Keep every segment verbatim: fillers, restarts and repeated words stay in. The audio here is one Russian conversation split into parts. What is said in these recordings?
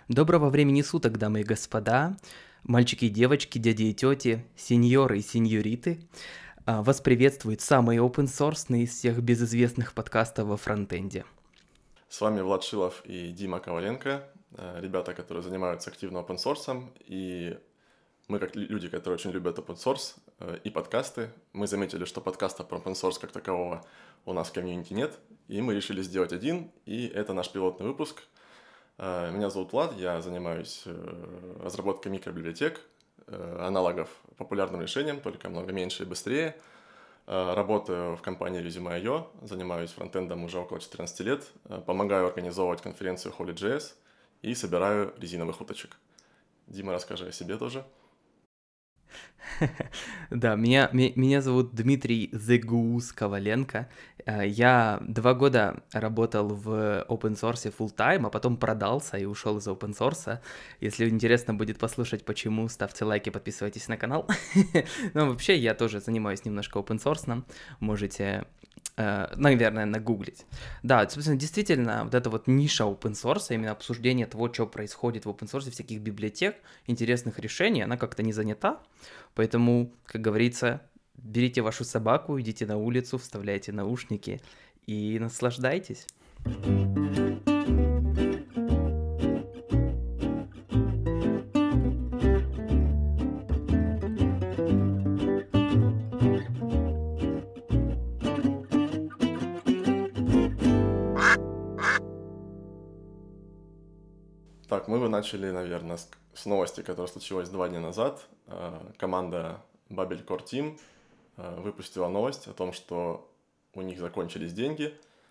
Доброго времени суток, дамы и господа, мальчики и девочки, дяди и тети, сеньоры и сеньориты. А, Вас приветствует самый open-source из всех безызвестных подкастов во фронтенде. С вами Влад Шилов и Дима Коваленко, э, ребята, которые занимаются активно open source, и мы, как лю- люди, которые очень любят open source э, и подкасты, мы заметили, что подкаста про open source как такового у нас в комьюнити нет, и мы решили сделать один, и это наш пилотный выпуск. Э, Меня зовут Влад, я занимаюсь э, разработкой микробиблиотек, э, аналогов популярным решениям, только много меньше и быстрее. Э, Работаю в компании Resume точка ай о, занимаюсь фронтендом уже около четырнадцати лет, э, помогаю организовывать конференцию Holy.js и собираю резиновых уточек. Дима, расскажи о себе тоже. Да, меня, ме- меня зовут Дмитрий The Goose Коваленко. А, Я два года работал в open source full time, а потом продался и ушел из open source. Если интересно будет послушать, почему, ставьте лайки, подписывайтесь на канал. Ну, вообще, я тоже занимаюсь немножко open source. Можете, э, наверное, нагуглить. Да, собственно, действительно, вот эта вот ниша open source, именно обсуждение того, что происходит в open source, всяких библиотек, интересных решений, она как-то не занята. Поэтому, как говорится, берите вашу собаку, идите на улицу, вставляйте наушники и наслаждайтесь. Так, мы бы начали, наверное, с, с новости, которая случилась два дня назад. Э, Команда Babel Core Team э, выпустила новость о том, что у них закончились деньги.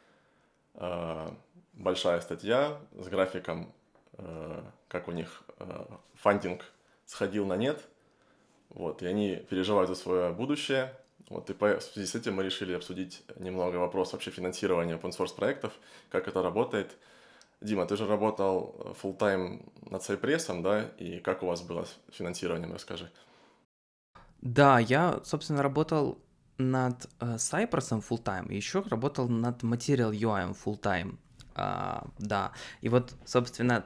Э, Большая статья с графиком, э, как у них э, фандинг сходил на нет. Вот, и они переживают за свое будущее. Вот, и по, в связи с этим мы решили обсудить немного вопрос вообще финансирования open source проектов, как это работает. Дима, ты же работал full-time над Сайпрессом, да? И как у вас было с финансированием, расскажи. Да, я, собственно, работал над э, Cypress full time, и еще работал над Material ю ай full time. А, да, и вот, собственно,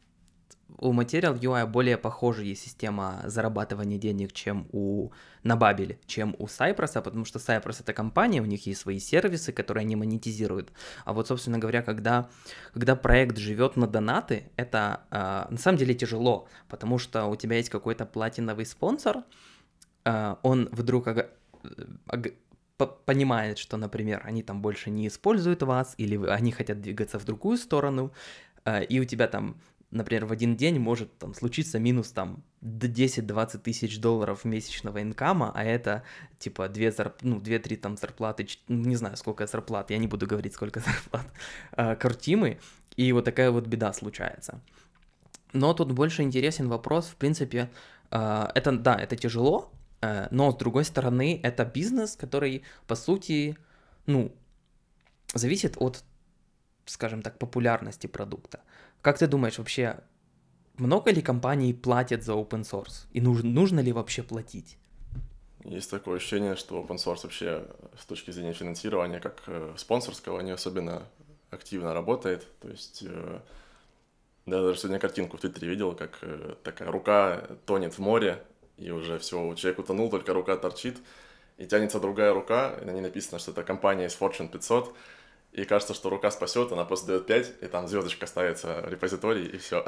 у Material ю ай более похожая система зарабатывания денег, чем у на Бабеле, чем у Cypress, потому что Cypress это компания, у них есть свои сервисы, которые они монетизируют. А вот, собственно говоря, когда, когда проект живет на донаты, это э, на самом деле тяжело, потому что у тебя есть какой-то платиновый спонсор, э, он вдруг ога- ог- по- понимает, что, например, они там больше не используют вас, или вы- они хотят двигаться в другую сторону, э, и у тебя там, например, в один день может там случиться минус там д- десять-двадцать тысяч долларов месячного инкама, а это типа две зарп... ну, две-три там зарплаты, ч- ну, не знаю, сколько зарплат, я не буду говорить, сколько зарплат, э, картимы, и вот такая вот беда случается. Но тут больше интересен вопрос, в принципе, э, это, да, это тяжело, э, но с другой стороны, это бизнес, который, по сути, ну, зависит от, скажем так, популярности продукта. Как ты думаешь, вообще, много ли компаний платят за open source? И нужно, нужно ли вообще платить? Есть такое ощущение, что open source вообще с точки зрения финансирования, как э, спонсорского, не особенно активно работает. То есть, э, да, даже сегодня картинку в Твиттере видел, как э, такая рука тонет в море, и уже все, человек утонул, только рука торчит, и тянется другая рука, и на ней написано, что это компания из Fortune пятьсот, и кажется, что рука спасет, она просто дает пять, и там звездочка ставится в репозитории, и все.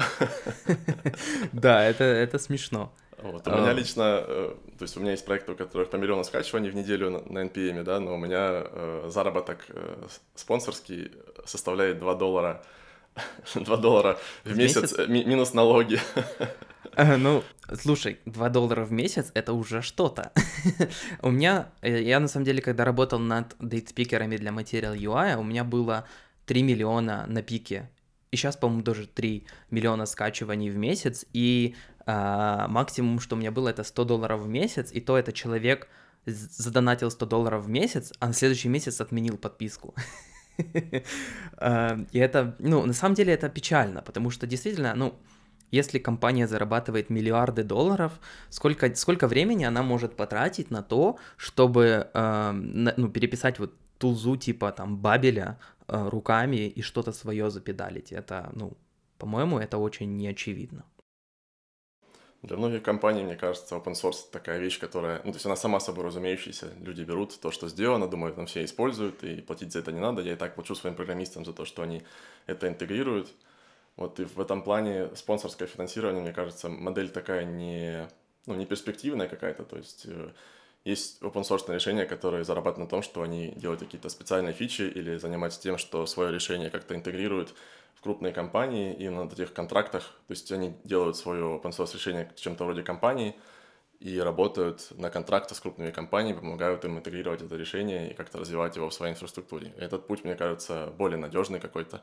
Да, это, это смешно. Вот. У меня А, лично, э, то есть у меня есть проекты, у которых по миллиону скачиваний в неделю на, на эн пи эм, да, но у меня э, заработок э, с- спонсорский составляет два доллара, два доллара в В месяц, месяц? э, ми- минус налоги. Э, Ну, слушай, два доллара в месяц это уже что-то. У меня, э, я на самом деле, когда работал над дейтспикерами для Material ю ай, у меня было три миллиона на пике. И сейчас, по-моему, даже три миллиона скачиваний в месяц. И а, максимум, что у меня было, это сто долларов в месяц. И то это человек з- задонатил сто долларов в месяц, а на следующий месяц отменил подписку. А, И это, ну, на самом деле это печально, потому что действительно, ну, если компания зарабатывает миллиарды долларов, сколько, сколько времени она может потратить на то, чтобы э, на- ну, переписать вот тулзу типа там Бабеля э, руками и что-то свое запедалить? Это, ну, По-моему, это очень неочевидно. Для многих компаний, мне кажется, open source такая вещь, которая, ну, то есть она сама собой разумеющаяся. Люди берут то, что сделано, думают, там все используют, и платить за это не надо. Я и так плачу своим программистам за то, что они это интегрируют. Вот и в этом плане спонсорское финансирование, мне кажется, модель такая не, ну, не перспективная какая-то. То есть э, есть open source решения, которые зарабатывают на том, что они делают какие-то специальные фичи или занимаются тем, что свое решение как-то интегрируют в крупные компании и на этих контрактах. То есть они делают свое open source решение чем-то вроде компании и работают на контрактах с крупными компаниями, помогают им интегрировать это решение и как-то развивать его в своей инфраструктуре. Этот путь, мне кажется, более надежный какой-то.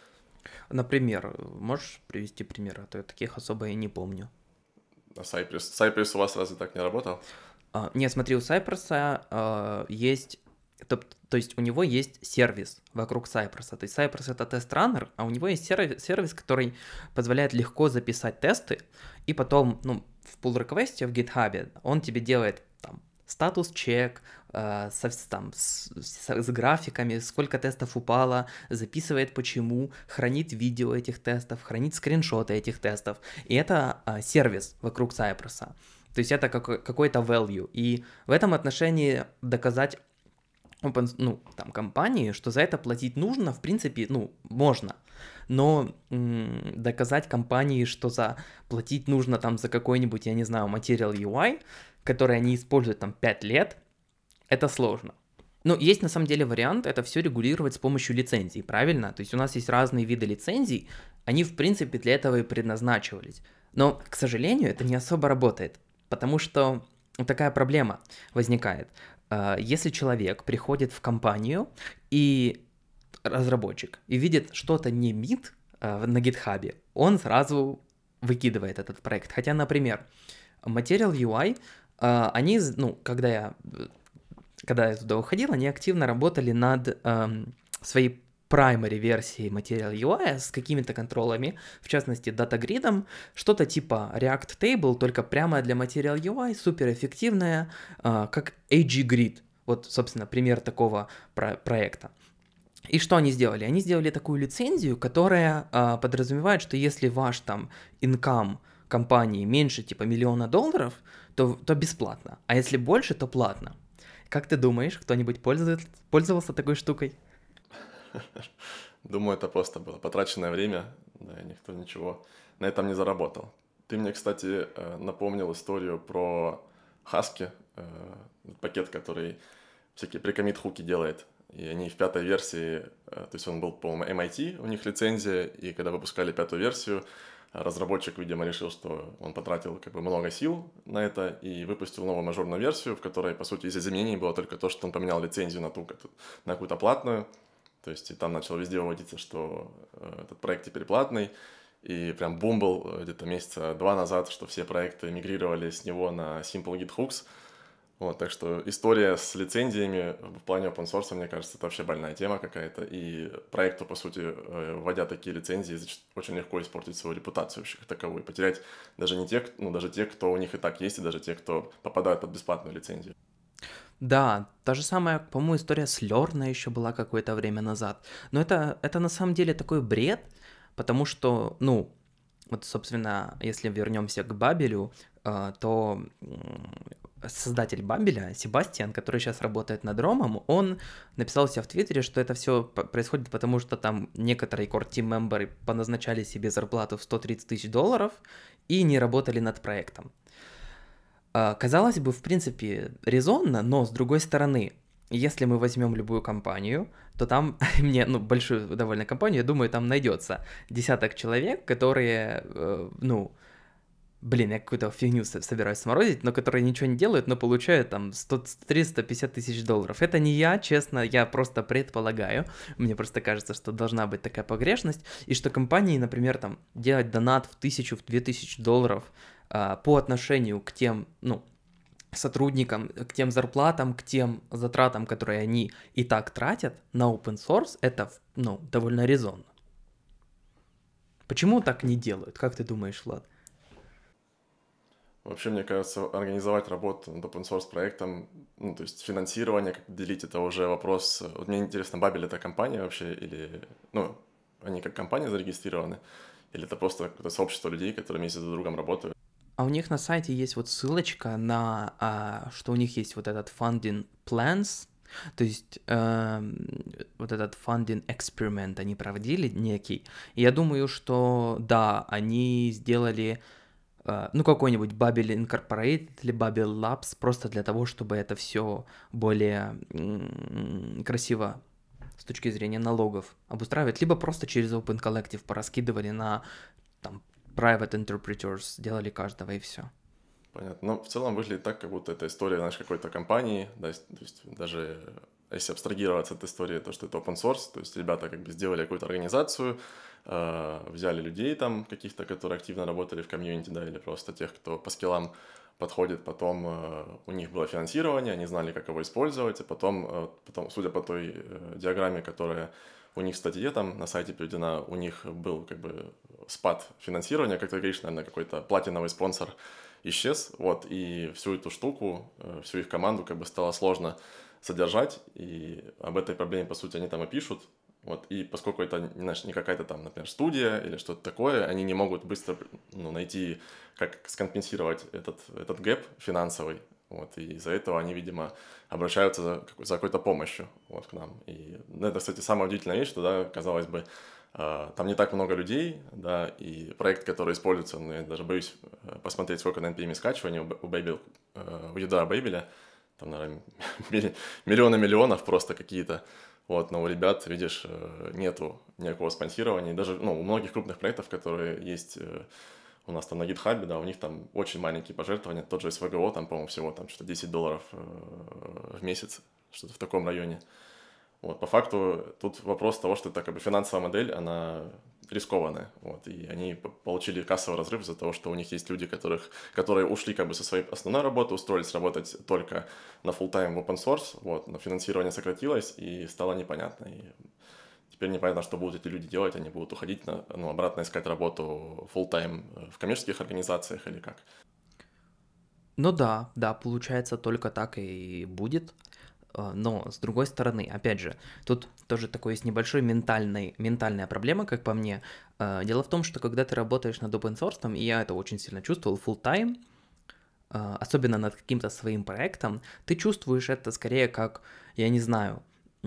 Например, можешь привести примеры? А то я таких особо и не помню. А Cypress, Cypress у вас разве так не работал? А, не, смотри, у Cypress а, есть, то, то есть у него есть сервис вокруг Cypress. То есть Cypress это тест-раннер, а у него есть сервис, сервис, который позволяет легко записать тесты, и потом, ну, в pull request в GitHub он тебе делает там статус-чек, э, со, там, с, с, с графиками, сколько тестов упало, записывает почему, хранит видео этих тестов, хранит скриншоты этих тестов. И это э, сервис вокруг Cypress. То есть это как, какой-то value. И в этом отношении доказать open, ну, там, компании, что за это платить нужно, в принципе, ну, можно. Но м- доказать компании, что за платить нужно там за какой-нибудь, я не знаю, Material ю ай, который они используют там пять лет, это сложно. Ну, есть на самом деле вариант это все регулировать с помощью лицензий, правильно? То есть у нас есть разные виды лицензий, они в принципе для этого и предназначивались. Но, к сожалению, это не особо работает, потому что такая проблема возникает. Если человек приходит в компанию и разработчик и видит что-то не мид на GitHub, он сразу выкидывает этот проект. Хотя, например, Material ю ай, они, ну, когда я, когда я туда уходил, они активно работали над эм, своей primary версией Material ю ай с какими-то контролами, в частности, датагридом, что-то типа React Table, только прямо для Material ю ай, суперэффективная, э, как эй джи Grid. Вот, собственно, пример такого про- проекта. И что они сделали? Они сделали такую лицензию, которая э, подразумевает, что если ваш там инкам компании меньше типа миллиона долларов, то, то бесплатно, а если больше, то платно. Как ты думаешь, кто-нибудь пользуется, пользовался такой штукой? Думаю, это просто было потраченное время, да, и никто ничего на этом не заработал. Ты мне, кстати, напомнил историю про Husky, пакет, который всякие прикоммит-хуки делает. И они в пятой версии, то есть он был, по-моему, эм ай ти, у них лицензия, и когда выпускали пятую версию, разработчик, видимо, решил, что он потратил как бы много сил на это и выпустил новую мажорную версию, в которой, по сути, из изменений было только то, что он поменял лицензию на, ту, на какую-то платную. То есть и там начал везде выводиться, что э, этот проект теперь платный. И прям бум был где-то месяца два назад, что все проекты мигрировали с него на Simple Git Hooks. Вот, так что история с лицензиями в плане open source, мне кажется, это вообще больная тема какая-то. И проекту, по сути, вводя такие лицензии, очень легко испортить свою репутацию вообще как таковую. Потерять даже не тех, ну, даже тех, кто у них и так есть, и даже тех, кто попадает под бесплатную лицензию. Да, та же самая, по-моему, история с Лерна еще была какое-то время назад. Но это, это на самом деле такой бред, потому что, ну, вот, собственно, если вернемся к Бабелю, то создатель Бабеля, Себастьян, который сейчас работает над Ромом, он написал себе в Твиттере, что это все происходит потому, что там некоторые core team мемберы поназначали себе зарплату в сто тридцать тысяч долларов и не работали над проектом. Казалось бы, в принципе, резонно, но с другой стороны, если мы возьмем любую компанию, то там, мне, ну, большую довольно компанию, я думаю, там найдется десяток человек, которые, э, ну, блин, я какую-то фигню собираюсь сморозить, но которые ничего не делают, но получают там сто триста пятьдесят тысяч долларов. Это не я, честно, я просто предполагаю. Мне просто кажется, что должна быть такая погрешность, и что компании, например, там, делать донат в тысячу, в две тысячи долларов а, по отношению к тем, ну, сотрудникам, к тем зарплатам, к тем затратам, которые они и так тратят на open source, это, ну, довольно резонно. Почему так не делают? Как ты думаешь, Влад? Вообще, мне кажется, организовать работу над open source проектом, ну, то есть финансирование, как делить, это уже вопрос. Вот мне интересно, Бабель это компания вообще или, ну, они как компания зарегистрированы? Или это просто какое-то сообщество людей, которые вместе друг с другом работают? А у них на сайте есть вот ссылочка на, а, что у них есть вот этот funding plans, то есть эм, вот этот funding experiment они проводили некий. И я думаю, что да, они сделали э, ну какой-нибудь Babel Incorporated или Babel Labs просто для того, чтобы это все более м, красиво с точки зрения налогов обустраивать, либо просто через Open Collective пораскидывали на там private interpreters, сделали каждого и все. Понятно. Но в целом выглядит так, как будто это история, знаешь, какой-то компании, да, то есть даже если абстрагироваться от истории, то, что это open source, то есть ребята как бы сделали какую-то организацию, э, взяли людей там каких-то, которые активно работали в комьюнити, да, или просто тех, кто по скиллам подходит, потом э, у них было финансирование, они знали, как его использовать, и потом, э, потом судя по той э, диаграмме, которая у них в статье там на сайте переведена, у них был как бы спад финансирования, как ты говоришь, наверное, какой-то платиновый спонсор исчез, вот, и всю эту штуку, э, всю их команду как бы стало сложно содержать, и об этой проблеме, по сути, они там и пишут, вот, и поскольку это, знаешь, не какая-то там, например, студия или что-то такое, они не могут быстро, ну, найти, как скомпенсировать этот, этот гэп финансовый, вот, и из-за этого они, видимо, обращаются за, за какой-то помощью, вот, к нам. И ну, это, кстати, самая удивительная вещь, что, да, казалось бы, э, там не так много людей, да, и проект, который используется, ну, я даже боюсь посмотреть, сколько на эн пи эм скачиваний у, у Babel, э, у Юда Babel, там, наверное, миллионы миллионов просто какие-то. Вот, но у ребят, видишь, нету никакого спонсирования. Даже, ну, у многих крупных проектов, которые есть у нас там на GitHub, да, у них там очень маленькие пожертвования. Тот же эс ви джи о, там, по-моему, всего там что-то десять долларов в месяц, что-то в таком районе. Вот, по факту тут вопрос того, что это как бы финансовая модель, она рискованная, вот, и они получили кассовый разрыв из-за того, что у них есть люди, которых, которые ушли как бы со своей основной работы, устроились работать только на full-time в open source, вот, но финансирование сократилось и стало непонятно, и теперь непонятно, что будут эти люди делать, они будут уходить, на, ну, обратно искать работу full-time в коммерческих организациях или как? Ну да, да, получается, только так и будет. Но, с другой стороны, опять же, тут тоже такой есть небольшой ментальный, ментальная проблема, как по мне. Дело в том, что когда ты работаешь над open source, и я это очень сильно чувствовал, full time, особенно над каким-то своим проектом, ты чувствуешь это скорее как, я не знаю,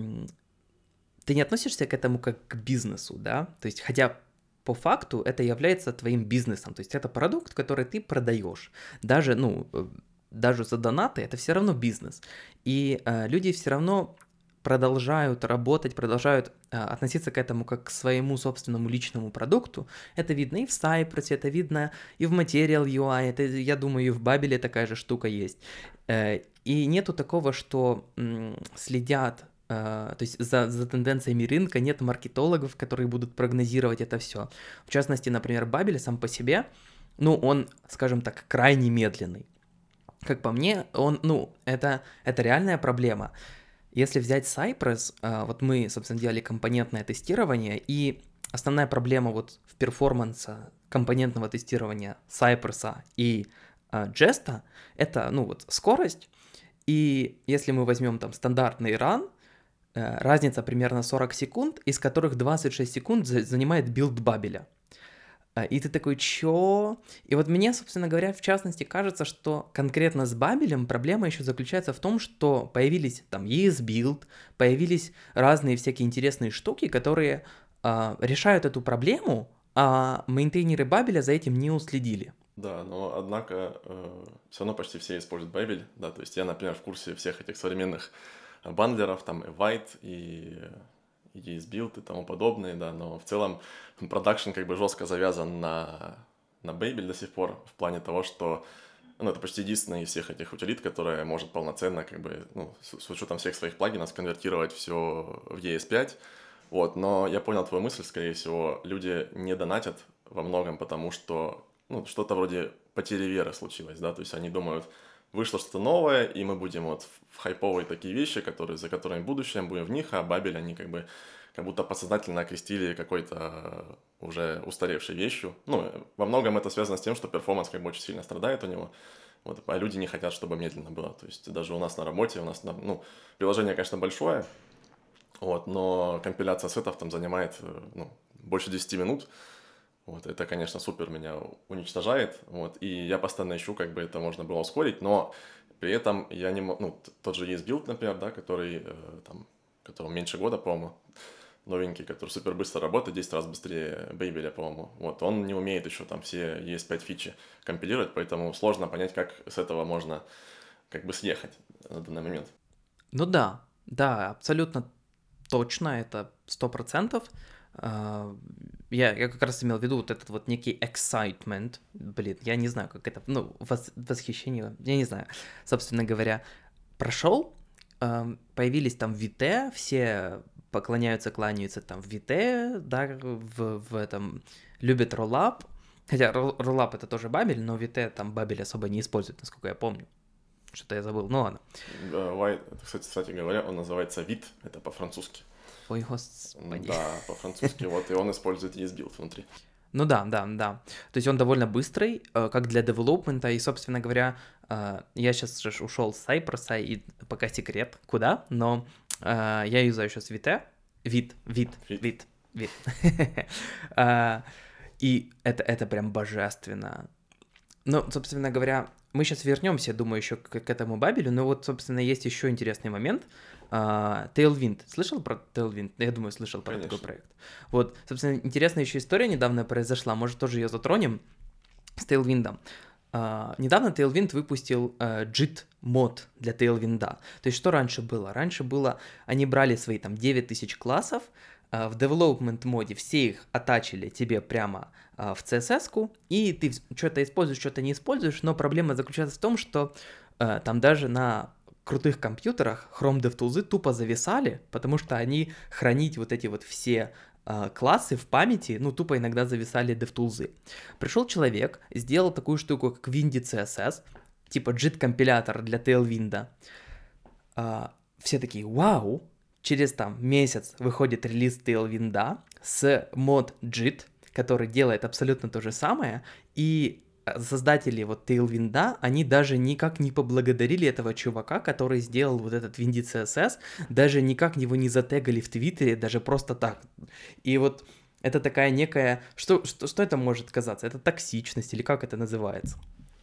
ты не относишься к этому как к бизнесу, да? То есть, хотя по факту это является твоим бизнесом, то есть это продукт, который ты продаешь. Даже, ну, даже за донаты это все равно бизнес. И э, люди все равно продолжают работать, продолжают э, относиться к этому как к своему собственному личному продукту. Это видно и в Cypress, это видно и в Material ю ай, это, я думаю, и в Babel такая же штука есть. Э, и нету такого, что м, следят, э, то есть за, за тенденциями рынка, нет маркетологов, которые будут прогнозировать это все. В частности, например, Babel сам по себе, ну, он, скажем так, крайне медленный. Как по мне, он, ну, это, это реальная проблема. Если взять Cypress, вот мы, собственно, делали компонентное тестирование, и основная проблема вот в перформансе компонентного тестирования Cypress и Jest — это, ну, вот скорость, и если мы возьмем там стандартный run, разница примерно сорок секунд, из которых двадцать шесть секунд занимает билд Бабеля. И ты такой, чё? И вот мне, собственно говоря, в частности, кажется, что конкретно с Бабелем проблема еще заключается в том, что появились там и эс Build, появились разные всякие интересные штуки, которые э, решают эту проблему, а мейнтейнеры Бабеля за этим не уследили. Да, но однако э, все равно почти все используют Babel, да, то есть я, например, в курсе всех этих современных бандлеров, там, White и и и эс Build и тому подобное, да, но в целом продакшн как бы жестко завязан на, на Babel до сих пор, в плане того, что, ну, это почти единственный из всех этих утилит, которая может полноценно, как бы, ну, с, с учетом всех своих плагинов, сконвертировать все в и эс пять, вот, но я понял твою мысль, скорее всего, люди не донатят во многом, потому что, ну, что-то вроде потери веры случилось, да, то есть они думают, вышло что-то новое, и мы будем вот в хайповые такие вещи, которые, за которыми будущее, будем в них, а Babel, они как бы как будто подсознательно окрестили какой-то уже устаревшей вещью. Ну, во многом это связано с тем, что перформанс как бы очень сильно страдает у него, вот, а люди не хотят, чтобы медленно было. То есть даже у нас на работе, у нас, ну, приложение, конечно, большое, вот, но компиляция сетов там занимает, ну, больше десяти минут, Вот, это, конечно, супер меня уничтожает, вот, и я постоянно ищу, как бы это можно было ускорить, но при этом я не могу, ну, тот же и эс Build, например, да, который, э, там, которому меньше года, по-моему, новенький, который супер быстро работает, десять раз быстрее Babel, по-моему, вот, он не умеет еще там все и эс пять фичи компилировать, поэтому сложно понять, как с этого можно, как бы, съехать на данный момент. Ну да, да, абсолютно точно, это сто процентов. Uh, я, я как раз имел в виду вот этот вот некий excitement, блин, я не знаю, как это, ну, вос, восхищение, я не знаю, собственно говоря, прошел, uh, появились там ви ти, все поклоняются, кланяются там в ви ти, да, в, в этом, любят Rollup, хотя Rollup это тоже Babel, но ви ти там Babel особо не использует, насколько я помню. Что-то я забыл, ну ладно. White, кстати, кстати говоря, он называется вид, это по-французски. Ой, господи. Да, по-французски, вот, и он использует и эс Build внутри. Ну да, да, да. То есть он довольно быстрый, как для девелопмента, и, собственно говоря, я сейчас же ушел с Cypress, и пока секрет, куда, но я юзаю сейчас ви ти, вид, вид, вид, вид. И это, это прям божественно. Ну, собственно говоря, мы сейчас вернемся, думаю, еще к, к этому Бабелю, но вот, собственно, есть еще интересный момент. Uh, Tailwind. Слышал про Tailwind? Я думаю, слышал про Конечно. такой проект. Вот, собственно, интересная еще история недавно произошла, может, тоже ее затронем с Tailwind. Uh, недавно Tailwind выпустил uh, джит мод для Tailwind. То есть, что раньше было? Раньше было, они брали свои там девять тысяч классов, uh, в development моде все их оттачили тебе прямо uh, в си эс эс-ку, и ты что-то используешь, что-то не используешь, но проблема заключается в том, что uh, там даже на крутых компьютерах Chrome DevTools тупо зависали, потому что они хранить вот эти вот все э, классы в памяти, ну, тупо иногда зависали DevTools. Пришел человек, сделал такую штуку, как Windy си эс эс, типа джит-компилятор для Tailwind. Э, все такие, вау, через там месяц выходит релиз Tailwind с мод джит, который делает абсолютно то же самое, и создатели вот Tailwind, они даже никак не поблагодарили этого чувака, который сделал вот этот Windy си эс эс, даже никак его не затегали в Твиттере, даже просто так. И вот это такая некая... Что, что, что это может казаться? Это токсичность или как это называется?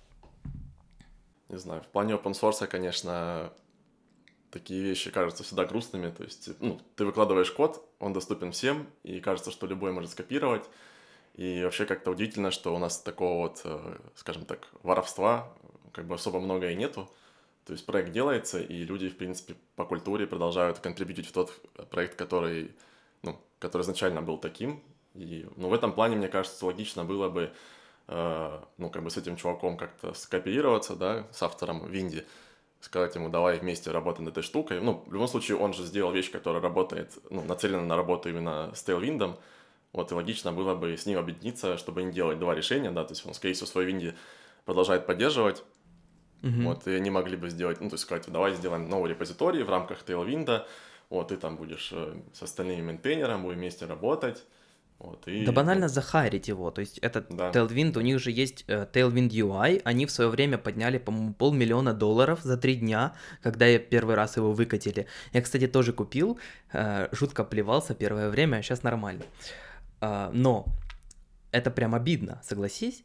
Не знаю, в плане open source, конечно, такие вещи кажутся всегда грустными, то есть, ну, ты выкладываешь код, он доступен всем, и кажется, что любой может скопировать. И вообще как-то удивительно, что у нас такого вот, скажем так, воровства как бы особо много и нету. То есть проект делается, и люди, в принципе, по культуре продолжают контрибьютить в тот проект, который, ну, который изначально был таким. И, ну, в этом плане, мне кажется, логично было бы, э, ну, как бы с этим чуваком как-то скооперироваться, да, с автором Windy, сказать ему, давай вместе работаем над этой штукой. Ну, в любом случае, он же сделал вещь, которая работает, ну, нацелена на работу именно с Tailwind. Вот, и логично было бы с ним объединиться, чтобы не делать два решения, да, то есть он, скорее всего, свой Windy продолжает поддерживать, mm-hmm. вот, и они могли бы сделать, ну, то есть сказать, давай сделаем новый репозиторий в рамках Tailwind, вот, ты там будешь с остальными мейнтейнерами, будем вместе работать, вот, и... Да банально захайрить его, то есть этот да. Tailwind, у них же есть uh, Tailwind ю ай, они в свое время подняли, по-моему, полмиллиона долларов за три дня, когда я первый раз его выкатили. Я, кстати, тоже купил, uh, жутко плевался первое время, а сейчас нормально. Uh, но это прям обидно, согласись?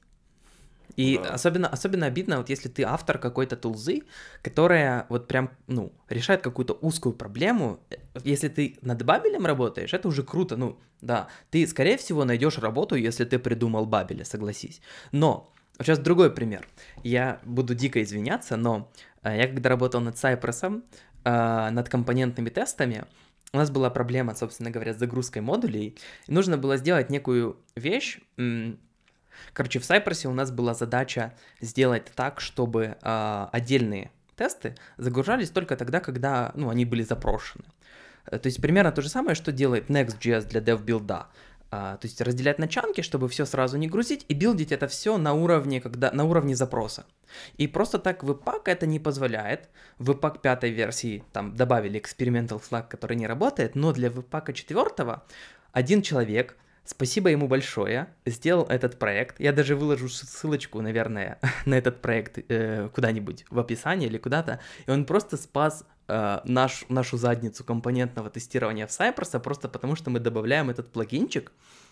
И да. особенно, особенно обидно, вот если ты автор какой-то тулзы, которая вот прям, ну, решает какую-то узкую проблему. Если ты над Бабелем работаешь, это уже круто, ну, да. Ты, скорее всего, найдешь работу, если ты придумал Бабеля, согласись. Но, сейчас другой пример. Я буду дико извиняться, но uh, я когда работал над Cypress, uh, над компонентными тестами, у нас была проблема, собственно говоря, с загрузкой модулей. И нужно было сделать некую вещь. Короче, в Cypress у нас была задача сделать так, чтобы э, отдельные тесты загружались только тогда, когда, ну, они были запрошены. То есть примерно то же самое, что делает Next.js для DevBuild. Uh, то есть разделять на чанки, чтобы все сразу не грузить, и билдить это все на уровне, когда, на уровне запроса. И просто так Webpack это не позволяет. В Webpack пятой версии там добавили experimental flag, который не работает, но для Webpack четвёртого один человек, спасибо ему большое, сделал этот проект. Я даже выложу ссылочку, наверное, на этот проект э, куда-нибудь в описании или куда-то. И он просто спас э, наш, нашу задницу компонентного тестирования в Cypress, просто потому что мы добавляем этот плагинчик.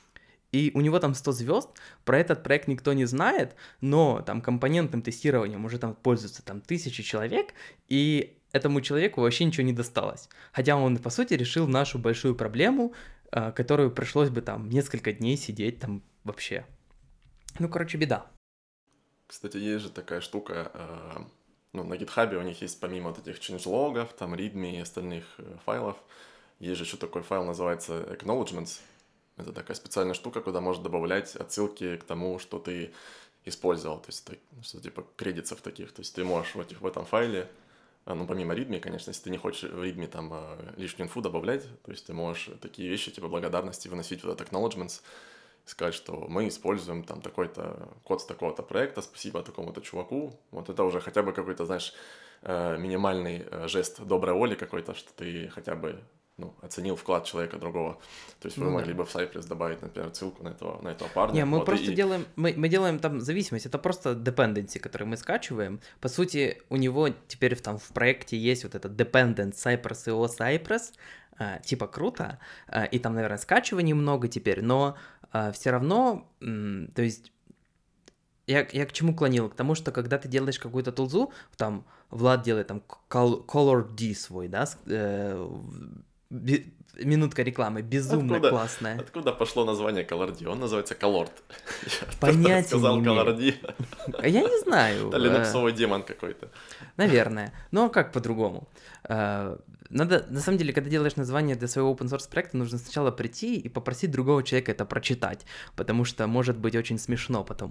и у него там сто звезд, про этот проект никто не знает, но там компонентным тестированием уже там пользуются там тысячи человек, и этому человеку вообще ничего не досталось. Хотя он, по сути, решил нашу большую проблему, э, которую пришлось бы там несколько дней сидеть там вообще. Ну, короче, беда. Кстати, есть же такая штука, э, ну, на GitHub у них есть помимо вот этих changelog'ов, там, readme и остальных э, файлов, есть же еще такой файл, называется acknowledgements. Это такая специальная штука, куда можно добавлять отсылки к тому, что ты использовал, то есть так, что типа кредитов таких, то есть ты можешь в, этих, в этом файле, а, ну, помимо readme, конечно, если ты не хочешь в readme там э, лишнюю инфу добавлять, то есть ты можешь такие вещи, типа благодарности, выносить в этот acknowledgements, сказать, что мы используем там такой-то код с такого-то проекта, спасибо такому-то чуваку. Вот это уже хотя бы какой-то, знаешь, э, минимальный э, жест доброй воли какой-то, что ты хотя бы, ну, оценил вклад человека другого. То есть вы Ну да. могли бы в Cypress добавить, например, ссылку на этого, на этого парня. Не, мы Вот, просто и- делаем, мы, мы делаем там зависимость, это просто dependency, который мы скачиваем. По сути, у него теперь в, там в проекте есть вот этот dependent Cypress ай о Cypress, а, типа круто, а, и там, наверное, скачиваний много теперь, но а, все равно, м, то есть я, я к чему клонил? К тому, что когда ты делаешь какую-то тулзу, там Влад делает там col- Color D свой, да, с- э, бе- минутка рекламы, безумно Откуда? классная. Откуда пошло название Color D? Он называется Colord. Я Понятия сказал не имею. Color D. А я не знаю. Это э, линуксовый демон какой-то. Наверное. Ну а как по-другому? Э, Надо, на самом деле, когда делаешь название для своего open source проекта, нужно сначала прийти и попросить другого человека это прочитать, потому что может быть очень смешно потом.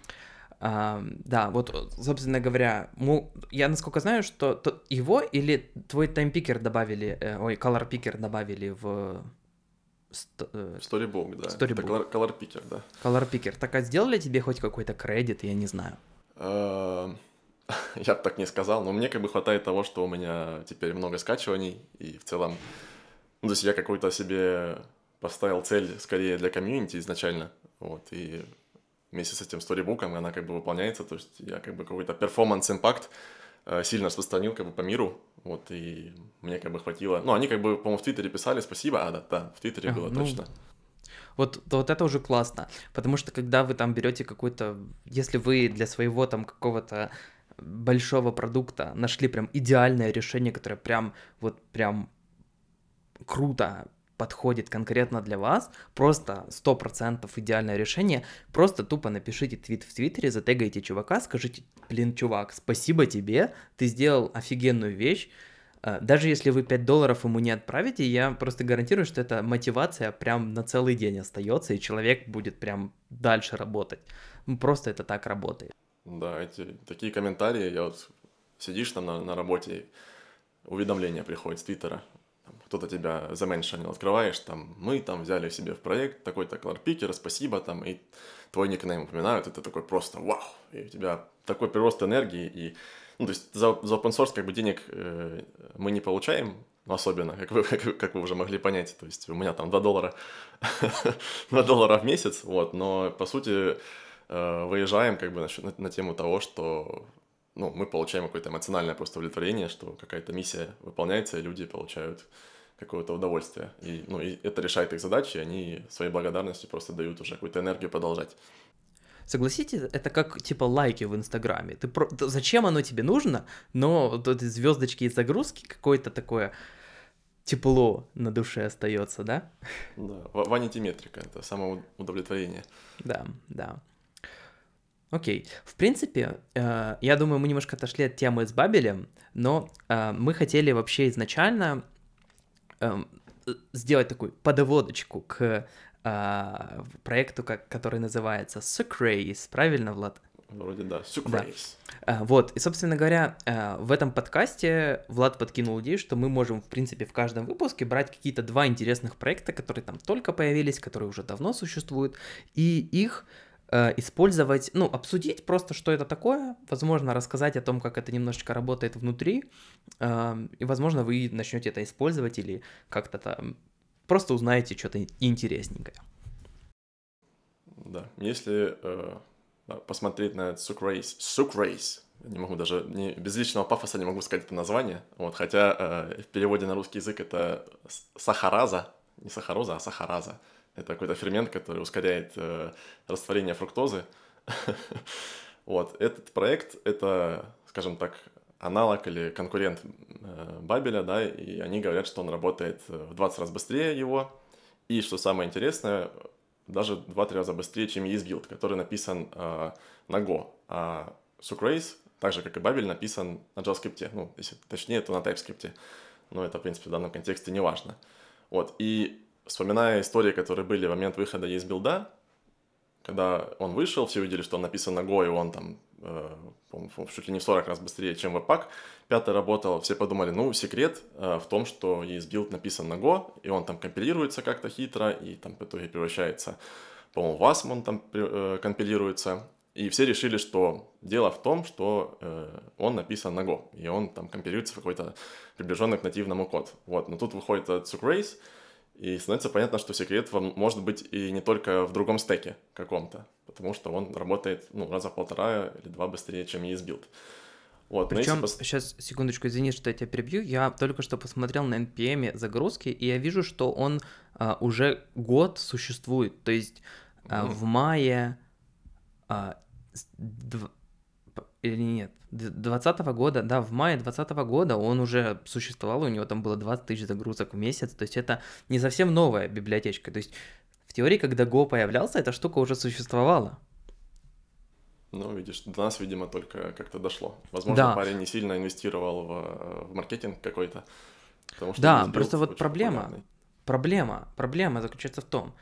А, да, вот, собственно говоря, му- я насколько знаю, что то- его или твой таймпикер добавили, э, ой, color picker добавили в ст- э, Storybook, да. Storybook. Это color, color picker, да. color picker. Так а сделали тебе хоть какой-то кредит, я не знаю. Эм, Я бы так не сказал, но мне как бы хватает того, что у меня теперь много скачиваний, и в целом, ну, то есть я какую-то себе поставил цель скорее для комьюнити изначально, вот, и вместе с этим сторибуком она как бы выполняется, то есть я как бы какой-то перформанс-импакт э, сильно распространил как бы по миру, вот, и мне как бы хватило, ну, они как бы, по-моему, в Твиттере писали спасибо, а, да, да, в Твиттере А, было ну, точно. Вот, то вот это уже классно, потому что когда вы там берете какой-то, если вы для своего там какого-то большого продукта нашли прям идеальное решение, которое прям вот прям круто подходит конкретно для вас, просто сто процентов идеальное решение, просто тупо напишите твит в Твиттере, затегайте чувака, скажите, блин, чувак, спасибо тебе, ты сделал офигенную вещь, а, даже если вы пять долларов ему не отправите, я просто гарантирую, что эта мотивация прям на целый день остается, и человек будет прям дальше работать. Ну, просто это так работает. Да, эти такие комментарии, я вот сидишь там на, на работе, уведомления приходят с Твиттера, там кто-то тебя заменшенил, открываешь, там, мы там взяли себе в проект такой-то колорпикер, спасибо, там, и твой никнейм упоминают, это такой просто вау, и у тебя такой прирост энергии, и, ну, то есть за, за open source как бы денег э, мы не получаем, ну, особенно, как вы, как, вы- как вы уже могли понять, то есть у меня там два доллара, два доллара в месяц, вот, но, по сути, э, выезжаем как бы на, щ- на- на тему того, что ну, мы получаем какое-то эмоциональное просто удовлетворение, что какая-то миссия выполняется, и люди получают какое-то удовольствие. И, ну, и это решает их задачи, и они своей благодарностью просто дают уже какую-то энергию продолжать. Согласитесь, это как типа лайки в Инстаграме. Ты про... т- Зачем оно тебе нужно? Но вот эти звездочки и загрузки, какое-то такое тепло на душе остается, да? Да, ва- vanity метрика — это самоудовлетворение. Да, да. Окей. В принципе, э, я думаю, мы немножко отошли от темы с Бабелем, но э, мы хотели вообще изначально эм, э, сделать такую подводочку к э, проекту, как, который называется Sucrase, правильно, Влад? Вроде да, Sucrase. А, Вот, и, собственно говоря, а, в этом подкасте Влад подкинул идею, что мы можем, в принципе, в каждом выпуске брать какие-то два интересных проекта, которые там только появились, которые уже давно существуют, и их э, использовать, ну, обсудить просто, что это такое, возможно, рассказать о том, как это немножечко работает внутри, а, и, возможно, вы начнете это использовать или как-то там просто узнаете что-то интересненькое. Да, если э, да, посмотреть на Sucrase, Sucrase, я не могу даже, не, без личного пафоса не могу сказать это название, вот, хотя э, в переводе на русский язык это с- сахараза, не сахароза, а сахараза, Это какой-то фермент, который ускоряет э, растворение фруктозы. Вот, этот проект — это, скажем так, аналог или конкурент э, Бабеля, да, и они говорят, что он работает в двадцать раз быстрее его, и, что самое интересное, даже в два-три раза быстрее, чем ESBuild, который написан э, на Go, а Sucrase, так же, как и Бабель, написан на JavaScript, ну, если точнее, то на TypeScript, но это, в принципе, в данном контексте не важно. Вот, и вспоминая истории, которые были в момент выхода ESBuild, когда он вышел, все увидели, что он написан на Go, и он там, э, чуть ли не в сорок раз быстрее, чем Webpack пятый работал. Все подумали, ну, секрет э, в том, что ESBuild написан на Go, и он там компилируется как-то хитро, и там в итоге превращается, по-моему, в Asm он там э, компилируется. И все решили, что дело в том, что э, он написан на Go, и он там компилируется в какой-то приближенный к нативному код. Вот, но тут выходит этот Sucrase, и становится понятно, что секрет может быть и не только в другом стеке каком-то, потому что он работает, ну, раза в полтора или два быстрее, чем ESBuild. Вот, Причем, пос... сейчас, секундочку, извини, что я тебя перебью, я только что посмотрел на эн пи эм загрузки, и я вижу, что он а, уже год существует, то есть а, mm-hmm. в мае... А, дв... или нет, двадцатого года, да, в мае двадцатого года он уже существовал, у него там было двадцать тысяч загрузок в месяц, то есть это не совсем новая библиотечка, то есть в теории, когда Go появлялся, эта штука уже существовала. Ну, видишь, до нас, видимо, только как-то дошло. Возможно, да. парень не сильно инвестировал в, в маркетинг какой-то, потому что да, просто вот проблема, популярный. проблема, проблема заключается в том,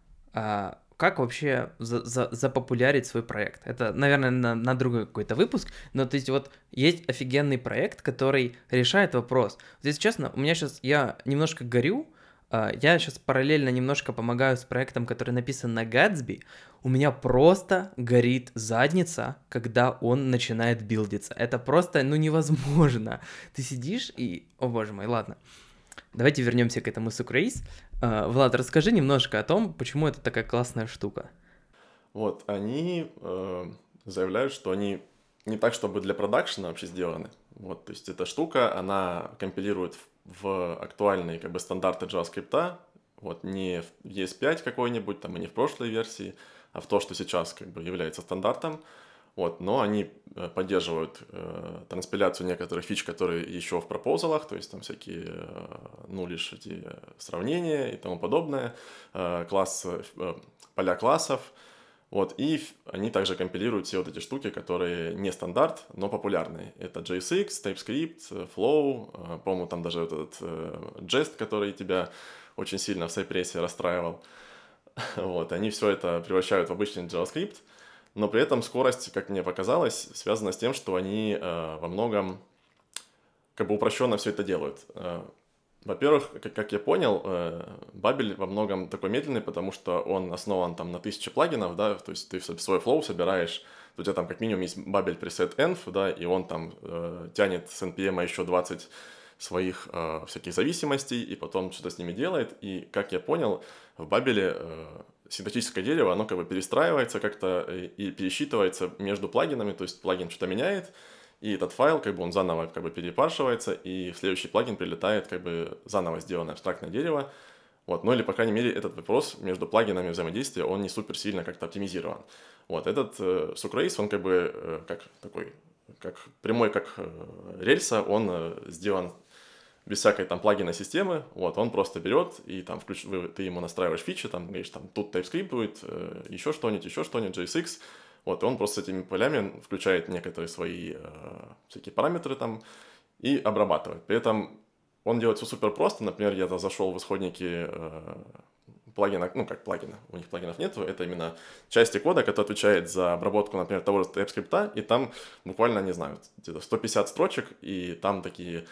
а, как вообще за, за, запопулярить свой проект? Это, наверное, на, на другой какой-то выпуск, но то есть вот есть офигенный проект, который решает вопрос. Здесь, честно, у меня сейчас, я немножко горю, я сейчас параллельно немножко помогаю с проектом, который написан на Gatsby, у меня просто горит задница, когда он начинает билдиться. Это просто, ну, невозможно. Ты сидишь и... О, боже мой, ладно. Давайте вернемся к этому Sucrase. Uh, Влад, расскажи немножко о том, почему это такая классная штука. Вот, они э, заявляют, что они не так, чтобы для продакшена вообще сделаны. Вот, то есть эта штука, она компилирует в, в актуальные как бы стандарты JavaScript, вот, не в и эс пять какой-нибудь, там, и не в прошлой версии, а в то, что сейчас как бы является стандартом. Вот, но они поддерживают э, транспиляцию некоторых фич, которые еще в пропозалах, то есть там всякие, э, ну, лишь эти сравнения и тому подобное, э, класс, э, поля классов. Вот, и они также компилируют все вот эти штуки, которые не стандарт, но популярные. Это джей эс икс, TypeScript, Flow, э, по-моему, там даже вот этот э, Jest, который тебя очень сильно в Cypress расстраивал. Вот, они все это превращают в обычный JavaScript. Но при этом скорость, как мне показалось, связана с тем, что они э, во многом как бы упрощенно все это делают. Э, во-первых, как, как я понял, э, Бабель во многом такой медленный, потому что он основан там на тысяче плагинов, да, то есть ты в свой флоу собираешь, у тебя там как минимум есть Бабель пресет env, да, и он там э, тянет с эн пи эм еще двадцать своих э, всяких зависимостей, и потом что-то с ними делает. И, как я понял, в Бабеле э, синтактическое дерево, оно как бы перестраивается как-то и, и пересчитывается между плагинами, то есть плагин что-то меняет, и этот файл, как бы он заново как бы перепаршивается, и в следующий плагин прилетает как бы заново сделанное абстрактное дерево. Вот. Ну или, по крайней мере, этот вопрос между плагинами взаимодействия, он не супер сильно как-то оптимизирован. Вот. Этот э, Sucrase, он как бы э, как такой, как прямой, как э, рельса, он э, сделан без всякой там плагинной системы, вот, он просто берет и там включ... ты ему настраиваешь фичи, там говоришь, там тут TypeScript будет, э, еще что-нибудь, еще что-нибудь, джей эс икс, вот, и он просто с этими полями включает некоторые свои э, всякие параметры там и обрабатывает. При этом он делает все супер просто, например, я зашел в исходники э, плагина, ну как плагина, у них плагинов нету, это именно части кода, который отвечает за обработку, например, того же TypeScript, и там буквально, не знаю, где-то сто пятьдесят строчек, и там такие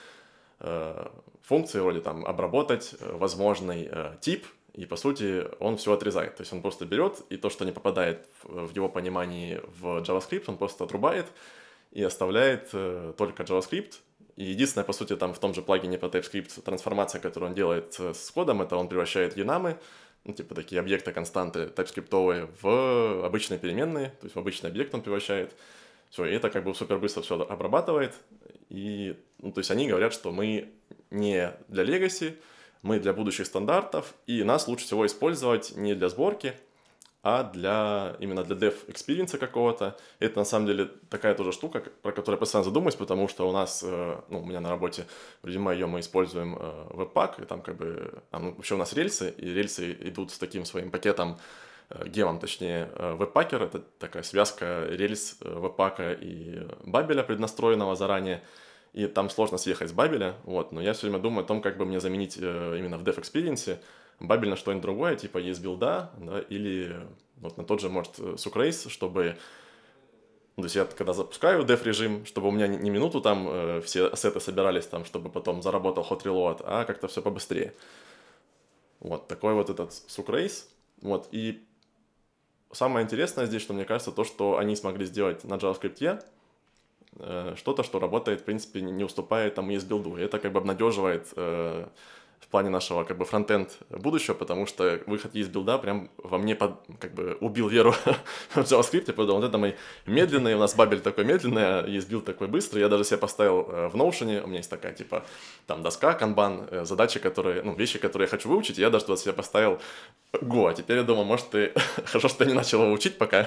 функции вроде там обработать возможный э, тип, и по сути он все отрезает. То есть он просто берет, и то, что не попадает в, в его понимании в JavaScript, он просто отрубает и оставляет э, только JavaScript. И единственное, по сути, там в том же плагине по TypeScript трансформация, которую он делает с кодом, это он превращает янамы, ну, типа такие объекты, константы TypeScript в обычные переменные, то есть в обычный объект он превращает. Все, и это как бы супер быстро все обрабатывает. И, ну, то есть они говорят, что мы не для Legacy, мы для будущих стандартов, и нас лучше всего использовать не для сборки, а для именно для dev experience какого-то. Это на самом деле такая тоже штука, про которую я постоянно задумываюсь, потому что у нас, ну, у меня на работе в резюме мы используем веб-пак, и там как бы, там, ну, вообще у нас рельсы, и рельсы идут с таким своим пакетом, гемом, точнее, веб-пакер, это такая связка рельс, веб-пака и бабеля преднастроенного заранее, и там сложно съехать с бабеля, вот, но я все время думаю о том, как бы мне заменить именно в dev experience бабель на что-нибудь другое, типа ESBuild, да, или вот на тот же, может, Sucrace, чтобы, ну, то есть я когда запускаю dev режим, чтобы у меня не, не минуту там э, все ассеты собирались там, чтобы потом заработал hot reload, а как-то все побыстрее. Вот, такой вот этот Sucrace, вот, и самое интересное здесь, что мне кажется, то, что они смогли сделать на JavaScript, э, что-то, что работает, в принципе, не уступает там ESBuild, и это как бы обнадеживает э, в плане нашего как бы фронтенд будущего, потому что выход из билда прям во мне под, как бы убил веру в JavaScript, потому вот это мои медленные, у нас бабель такой медленный, а есть билд такой быстрый. Я даже себе поставил в Notion, у меня есть такая типа там доска, канбан, задачи, которые, ну, вещи, которые я хочу выучить, я даже туда себе поставил Go, а теперь я думаю, может ты, хорошо, что ты не начал его учить пока.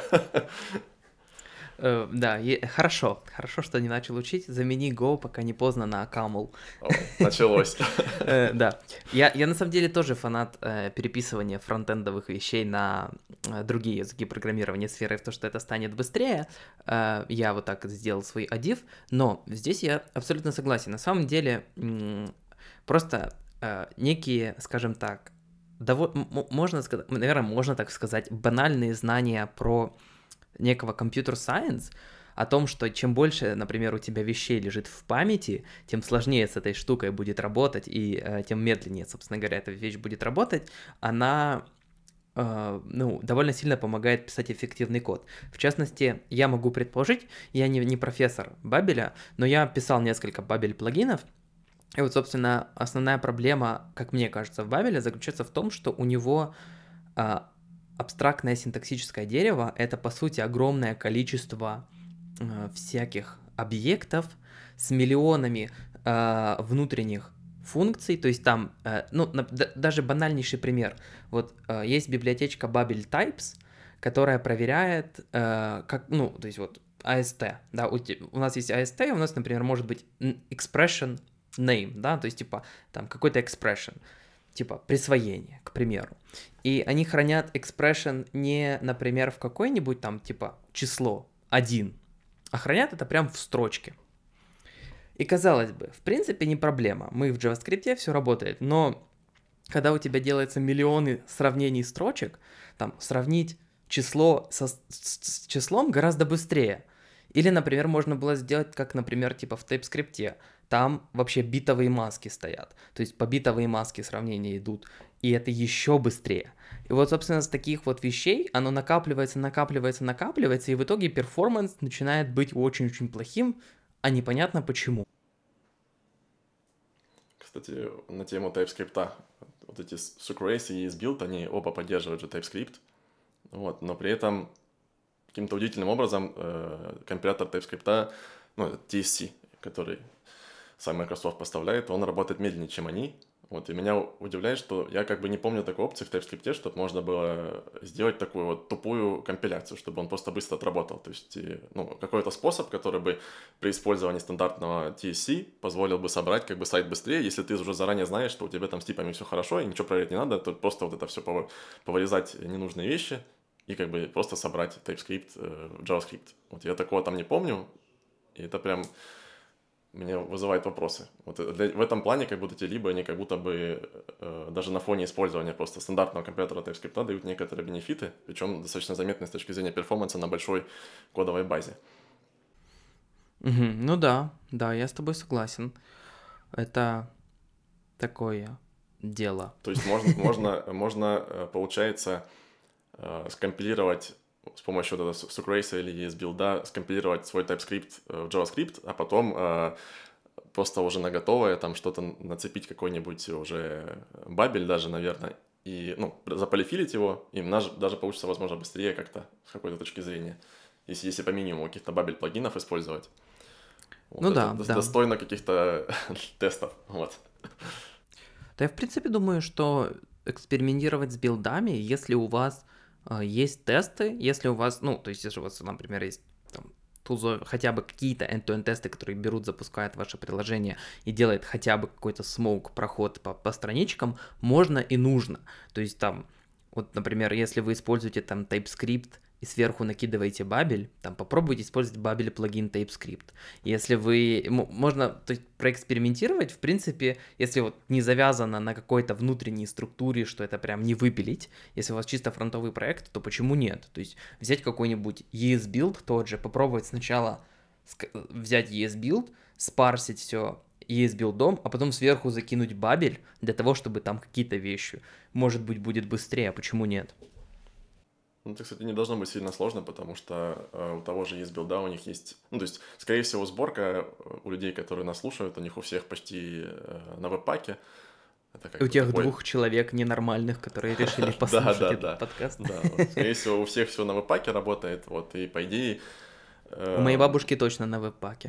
Uh, да, е- хорошо, хорошо, что не начал учить. Замени Go, пока не поздно, на Camel. О, началось. uh, да, я, я на самом деле тоже фанат uh, переписывания фронтендовых вещей на uh, другие языки программирования с верой в то, что это станет быстрее. Uh, я вот так сделал свой адив, но здесь я абсолютно согласен. На самом деле м- просто uh, некие, скажем так, дово- м- можно сказать, наверное, можно так сказать, банальные знания про некого компьютер-сайенс, о том, что чем больше, например, у тебя вещей лежит в памяти, тем сложнее с этой штукой будет работать, и э, тем медленнее, собственно говоря, эта вещь будет работать, она э, ну, довольно сильно помогает писать эффективный код. В частности, я могу предположить, я не, не профессор Бабеля, но я писал несколько Бабель-плагинов, и вот, собственно, основная проблема, как мне кажется, в Бабеле заключается в том, что у него э, абстрактное синтаксическое дерево — это, по сути, огромное количество э, всяких объектов с миллионами э, внутренних функций, то есть там, э, ну, на, д- даже банальнейший пример. Вот э, есть библиотечка Babel Types, которая проверяет, э, как, ну, то есть вот эй эс ти, да, у, те, у нас есть эй эс ти, у нас, например, может быть expression name, да, то есть, типа, там, какой-то expression, типа присвоение, к примеру. И они хранят expression не, например, в какой-нибудь там типа число один, а хранят это прям в строчке. И казалось бы, в принципе не проблема, мы в JavaScript все работает, но когда у тебя делается миллионы сравнений строчек, там сравнить число со, с, с числом гораздо быстрее. Или, например, можно было сделать, как, например, типа в TypeScript. Там вообще битовые маски стоят. То есть по битовые маски сравнения идут. И это еще быстрее. И вот, собственно, с таких вот вещей оно накапливается, накапливается, накапливается. И в итоге перформанс начинает быть очень-очень плохим, а непонятно почему. Кстати, на тему TypeScript. Вот эти Sucrace и ESBuild, они оба поддерживают же TypeScript. Вот, но при этом каким-то удивительным образом э, компилятор TypeScript, ну, ти эс си, который сам Microsoft поставляет, он работает медленнее, чем они. Вот, и меня удивляет, что я как бы не помню такой опции в TypeScript, чтобы можно было сделать такую вот тупую компиляцию, чтобы он просто быстро отработал. То есть, ну, какой-то способ, который бы при использовании стандартного ти эс си позволил бы собрать как бы сайт быстрее, если ты уже заранее знаешь, что у тебя там с типами все хорошо, и ничего проверять не надо, то просто вот это все повырезать ненужные вещи и как бы просто собрать TypeScript в JavaScript. Вот я такого там не помню, и это прям меня вызывает вопросы. Вот для, в этом плане как будто эти либо они как будто бы э, даже на фоне использования просто стандартного компилятора TypeScript дают некоторые бенефиты, причем достаточно заметные с точки зрения перформанса на большой кодовой базе. Угу, ну да, да, я с тобой согласен. Это такое дело. То есть можно, можно, можно получается, скомпилировать с помощью вот этого Sucrace или ESBuild, скомпилировать свой TypeScript в JavaScript, а потом э, просто уже на готовое там что-то нацепить, какой-нибудь уже бабель даже, наверное, и, ну, заполифилить его, и даже, даже получится, возможно, быстрее как-то с какой-то точки зрения, если, если по минимуму каких-то бабель-плагинов использовать. Вот, Ну это да, до- да. достойно каких-то тестов, вот. Да, я в принципе думаю, что экспериментировать с билдами, если у вас э, есть тесты, если у вас, ну, то есть если у вас, например, есть там, тулзо, хотя бы какие-то end-to-end тесты, которые берут, запускают ваше приложение и делает хотя бы какой-то смоук, проход по, по страничкам, можно и нужно. То есть там, вот, например, если вы используете там TypeScript и сверху накидываете Babel, там попробуйте использовать Babel плагин TypeScript. Если вы, можно, то есть проэкспериментировать, в принципе, если вот не завязано на какой-то внутренней структуре, что это прям не выпилить, если у вас чисто фронтовый проект, то почему нет? То есть взять какой-нибудь и эс билд тот же, попробовать сначала взять и эс билд, спарсить все и эс билдом, а потом сверху закинуть Babel для того, чтобы там какие-то вещи, может быть, будет быстрее, а почему нет? Ну, это, кстати, не должно быть сильно сложно, потому что э, у того же есть билда, у них есть... Ну, то есть, скорее всего, сборка э, у людей, которые нас слушают, у них у всех почти э, на веб-паке. Это как у тех такой... двух человек ненормальных, которые решили послушать этот подкаст. Да, скорее всего, у всех все на веб-паке работает, вот, и по идее... У моей бабушки точно на веб-паке.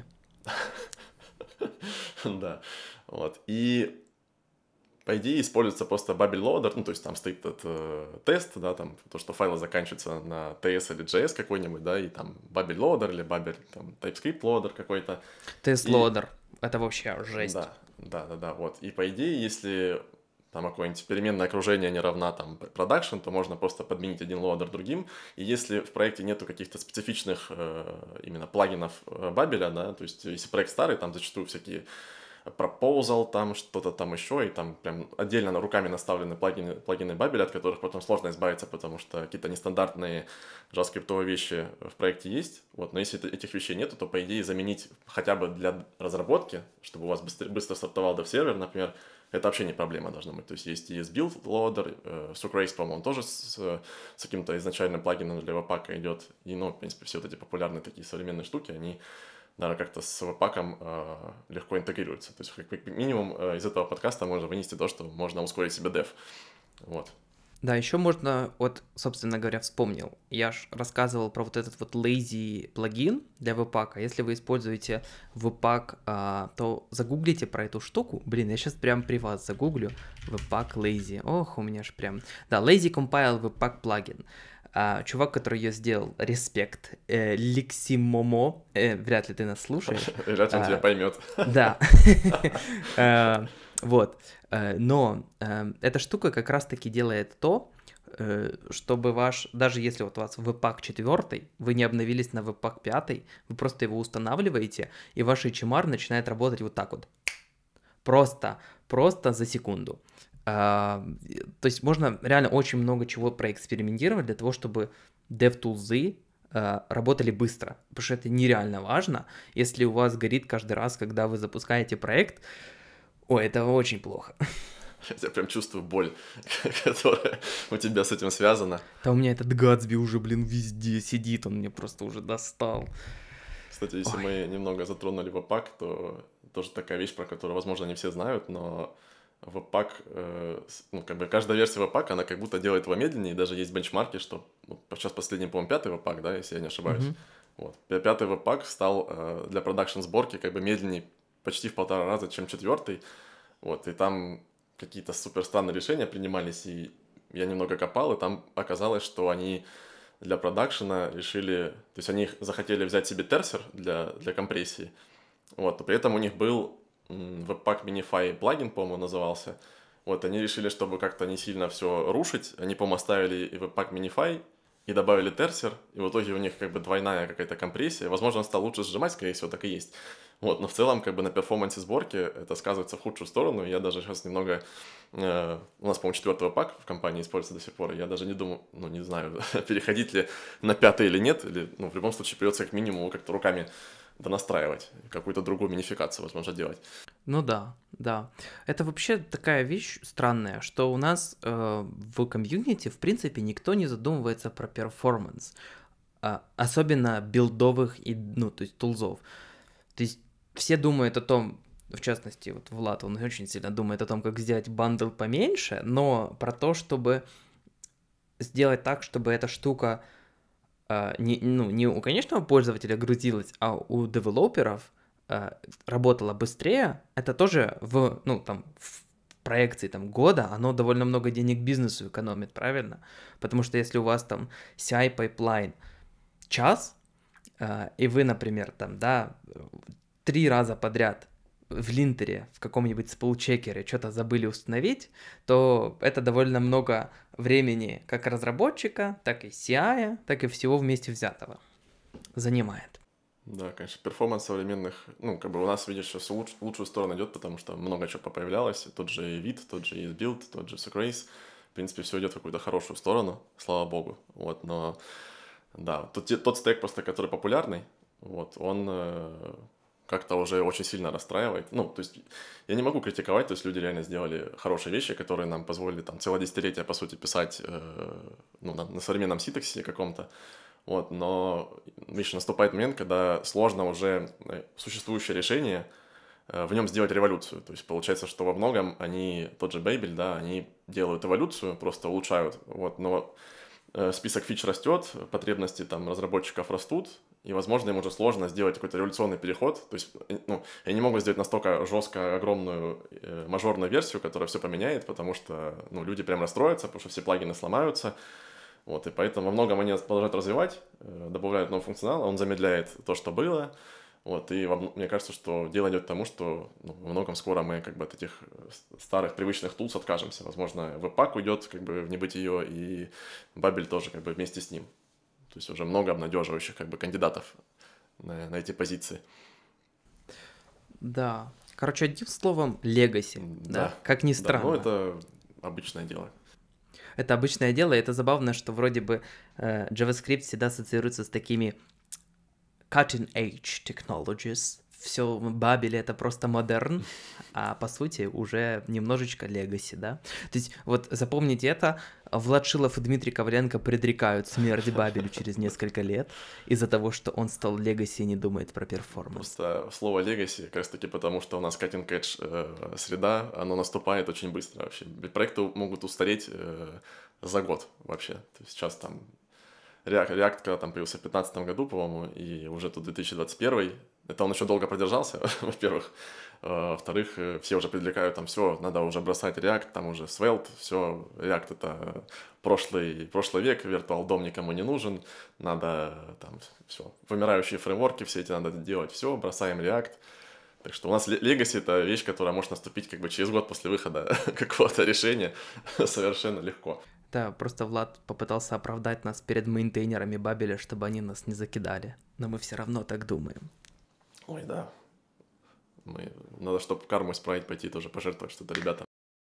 Да, вот, и... По идее, используется просто Babel Loader, ну, то есть там стоит этот э, тест, да, там, то, что файлы заканчиваются на ти эс или джей эс какой-нибудь, да, и там Babel Loader или Babel, там, TypeScript Loader какой-то. Тест Loader, и... это вообще жесть. Да, да, да, да, вот. И по идее, если там какое-нибудь переменное окружение не равна там production, то можно просто подменить один лоадер другим, и если в проекте нету каких-то специфичных э, именно плагинов Babel, да, то есть если проект старый, там зачастую всякие proposal, там что-то там еще, и там прям отдельно руками наставлены плагины, плагины Babel, от которых потом сложно избавиться, потому что какие-то нестандартные JavaScript вещи в проекте есть. Вот, но если этих вещей нету, то по идее заменить хотя бы для разработки, чтобы у вас быстро, быстро стартовал dev-сервер, например, это вообще не проблема должна быть. То есть есть и эс билд loader, э, Sucrase, по-моему, тоже с, с каким-то изначальным плагином для веб-пака идет. И, ну, в принципе, все вот эти популярные такие современные штуки, они наверное, как-то с веб-паком э, легко интегрируется. То есть, как минимум, э, из этого подкаста можно вынести то, что можно ускорить себе дев. Вот. Да, еще можно, вот, собственно говоря, вспомнил. Я же рассказывал про вот этот вот lazy плагин для веб-пака. Если вы используете веб-пак, а, то загуглите про эту штуку. Блин, я сейчас прям при вас загуглю. Веб-пак lazy. Ох, у меня ж прям... Да, lazy compile веб-пак плагин. А, чувак, который ее сделал, респект, э, Ликсимомо, э, вряд ли ты нас слушаешь. Вряд ли он тебя поймет. Да. Вот. Но эта штука как раз-таки делает то, чтобы ваш, даже если вот у вас веб-пак четвертый, вы не обновились на веб-пак пятый, вы просто его устанавливаете, и ваш эйч эм ар начинает работать вот так вот. Просто, просто за секунду. Uh, то есть можно реально очень много чего проэкспериментировать для того, чтобы DevTools uh, работали быстро, потому что это нереально важно. Если у вас горит каждый раз, когда вы запускаете проект, ой, это очень плохо. Я прям чувствую боль, которая у тебя с этим связана. Да у меня этот Gatsby уже, блин, везде сидит, он мне просто уже достал. Кстати, если Ой. мы немного затронули веб-пак, то тоже такая вещь, про которую, возможно, не все знают, но веб-пак, э, ну, как бы каждая версия веб-пака, она как будто делает его медленнее, и даже есть бенчмарки, что ну, сейчас последний, по-моему, пятый веб-пак, да, если я не ошибаюсь. Mm-hmm. Вот. Пятый веб-пак стал э, для продакшн-сборки как бы медленнее почти в полтора раза, чем четвертый. Вот, и там какие-то супер странные решения принимались, и я немного копал, и там оказалось, что они для продакшена решили, то есть они захотели взять себе терсер для, для компрессии, вот, но при этом у них был Webpack Minify плагин, по-моему, назывался. Вот, они решили, чтобы как-то не сильно все рушить, они, по-моему, оставили и Webpack Minify, и добавили терсер, и в итоге у них как бы двойная какая-то компрессия. Возможно, он стал лучше сжимать, скорее всего, так и есть. Вот, но в целом, как бы на перформансе сборки это сказывается в худшую сторону. Я даже сейчас немного... Э, у нас, по-моему, четвертый веб-пак в компании используется до сих пор. Я даже не думаю, ну, не знаю, переходить ли на пятый или нет. Или, ну, в любом случае, придется как минимум как-то руками донастраивать, какую-то другую минификацию, возможно, делать. Ну да, да. Это вообще такая вещь странная, что у нас э, в комьюнити, в принципе, никто не задумывается про перформанс, э, особенно билдовых, и, ну, то есть тулзов. То есть все думают о том, в частности, вот Влад, он очень сильно думает о том, как сделать бандл поменьше, но про то, чтобы сделать так, чтобы эта штука Uh, не, ну, не у конечного пользователя грузилась, а у девелоперов uh, работала быстрее, это тоже в, ну, там, в проекции там года, оно довольно много денег бизнесу экономит, правильно? Потому что если у вас там си ай-пайплайн час, э, и вы, например, там, да, три раза подряд в линтере, в каком-нибудь спелчекере что-то забыли установить, то это довольно много времени как разработчика, так и си ай, так и всего вместе взятого занимает. Да, конечно, перформанс современных, ну, как бы у нас, видишь, сейчас в луч, лучшую сторону идет, потому что много чего появлялось, тот же вид, тот же EaseBuild, тот же Socrates, в принципе, все идет в какую-то хорошую сторону, слава богу, вот, но, да, тот, тот стек просто, который популярный, вот, он э, как-то уже очень сильно расстраивает, ну, то есть я не могу критиковать, то есть люди реально сделали хорошие вещи, которые нам позволили там целое десятилетие, по сути, писать, э, ну, на, на современном синтаксисе каком-то. Вот, но, видишь, наступает момент, когда сложно уже существующее решение, в нем сделать революцию. То есть получается, что во многом они, тот же Babel, да, они делают эволюцию, просто улучшают. Вот, но список фич растет, потребности там разработчиков растут, и, возможно, им уже сложно сделать какой-то революционный переход. То есть, ну, я не могу сделать настолько жестко огромную э, мажорную версию, которая все поменяет, потому что, ну, люди прям расстроятся, потому что все плагины сломаются. Вот, и поэтому во многом они продолжают развивать, добавляют новый функционал, он замедляет то, что было. Вот, и во, мне кажется, что дело идет к тому, что ну, во многом скоро мы как бы от этих старых привычных тулс откажемся. Возможно, Webpack уйдет как бы в небытие, и Babel тоже как бы вместе с ним. То есть уже много обнадеживающих как бы кандидатов на, на эти позиции. Да. Короче, одним словом, legacy, да, да как ни странно. Да, ну это обычное дело. Это обычное дело, и это забавно, что вроде бы э, JavaScript всегда ассоциируется с такими cutting-edge technologies. Все в Бабеле это просто модерн, а по сути уже немножечко legacy, да? То есть вот запомните это, Влад Шилов и Дмитрий Коваленко предрекают смерть Бабелю через несколько лет из-за того, что он стал legacy и не думает про перформанс. Просто слово legacy как раз таки потому, что у нас cutting-edge э, среда, оно наступает очень быстро вообще. Проекты могут устареть э, за год вообще. То есть сейчас там React, React когда там появился в две тысячи пятнадцатом году, по-моему, и уже тут две тысячи двадцать первый, это он еще долго продержался, во-первых. Во-вторых, все уже предрекают, там, все, надо уже бросать React, там уже Svelte, все, React это прошлый, прошлый век, Virtual дом никому не нужен, надо там все, вымирающие фреймворки все эти надо делать, все, бросаем React. Так что у нас Legacy — это вещь, которая может наступить как бы через год после выхода какого-то решения совершенно легко. Да, просто Влад попытался оправдать нас перед мейнтейнерами Бабеля, чтобы они нас не закидали. Но мы все равно так думаем. Ой, да. Мы... Надо, чтобы карму исправить, пойти тоже пожертвовать что-то ребятам.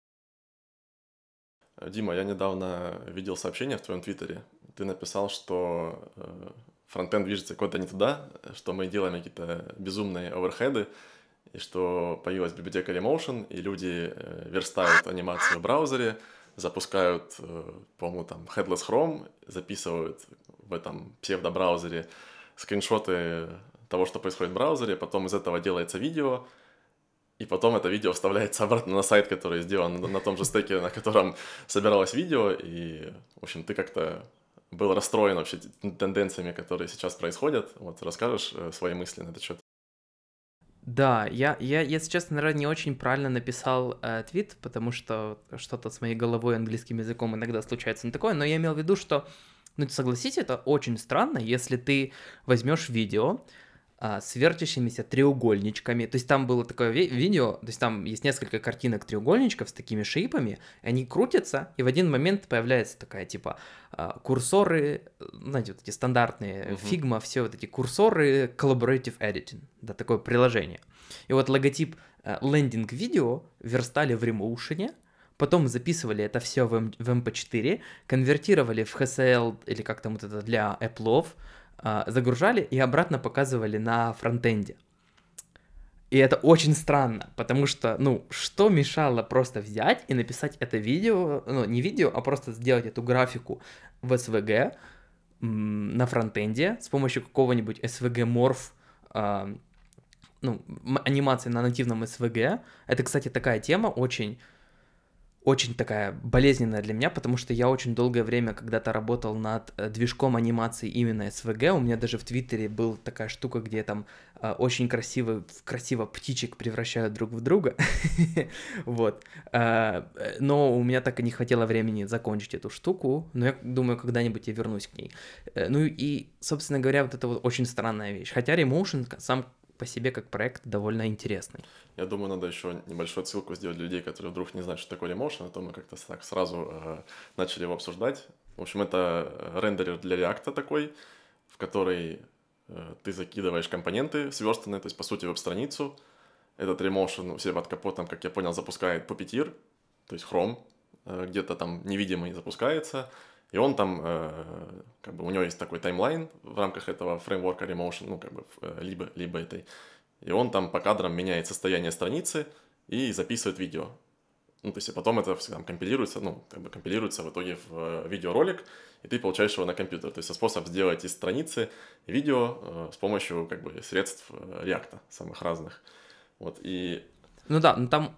Дима, я недавно видел сообщение в твоем твиттере. Ты написал, что э, фронтенд движется куда-то не туда, что мы делаем какие-то безумные оверхеды, и что появилась библиотека Remotion, и люди э, верстают анимацию в браузере, запускают, э, по-моему, там Headless Chrome, записывают в этом псевдобраузере скриншоты того, что происходит в браузере, потом из этого делается видео, и потом это видео вставляется обратно на сайт, который сделан на, на том же стеке, на котором собиралось видео, и, в общем, ты как-то был расстроен вообще тенденциями, которые сейчас происходят. Вот, расскажешь э, свои мысли на этот счет? Да, я, я, если честно, наверное, не очень правильно написал э, твит, потому что что-то с моей головой английским языком иногда случается не такое, но я имел в виду, что, ну, согласитесь, это очень странно, если ты возьмешь видео а, с вертящимися треугольничками, то есть там было такое ви- видео, то есть там есть несколько картинок треугольничков с такими шейпами, они крутятся, и в один момент появляется такая, типа, а, курсоры, знаете, вот эти стандартные, Мгм. Figma, все вот эти курсоры Collaborative Editing, да, такое приложение. И вот логотип лендинг-видео верстали в Remotion, потом записывали это все в, эм, в эм пи четыре, конвертировали в эйч эс эл или как там вот это для Apple'ов, а, загружали и обратно показывали на фронтенде. И это очень странно, потому что, ну, что мешало просто взять и написать это видео, ну, не видео, а просто сделать эту графику в эс ви джи м, на фронтенде с помощью какого-нибудь эс ви джи Morph, а, ну, м- анимации на нативном эс ви джи. Это, кстати, такая тема очень очень такая болезненная для меня, потому что я очень долгое время когда-то работал над э, движком анимации именно эс ви джи. У меня даже в Твиттере была такая штука, где там э, очень красиво, красиво птичек превращают друг в друга. Вот. Э, Но у меня так и не хватило времени закончить эту штуку, но я думаю, когда-нибудь я вернусь к ней. Э, Ну и, собственно говоря, вот это вот очень странная вещь. Хотя Remotion сам по себе как проект довольно интересный. Я думаю, надо еще небольшую ссылку сделать для людей, которые вдруг не знают, что такое Remotion, а то мы как-то так сразу э, начали его обсуждать. В общем, это рендерер для React такой, в который э, ты закидываешь компоненты сверстанные, то есть, по сути, веб-страницу. Этот Remotion у себя под капотом, как я понял, запускает Puppeteer, то есть Chrome, э, где-то там невидимый запускается, и он там, э, как бы у него есть такой таймлайн в рамках этого фреймворка Remotion, ну, как бы, э, либо, либо этой, и он там по кадрам меняет состояние страницы и записывает видео. Ну, то есть, и потом это там компилируется, ну, как бы компилируется в итоге в э, видеоролик, и ты получаешь его на компьютер. То есть, это способ сделать из страницы видео э, с помощью, как бы, средств э, React, самых разных. Вот, и... Ну да, ну там,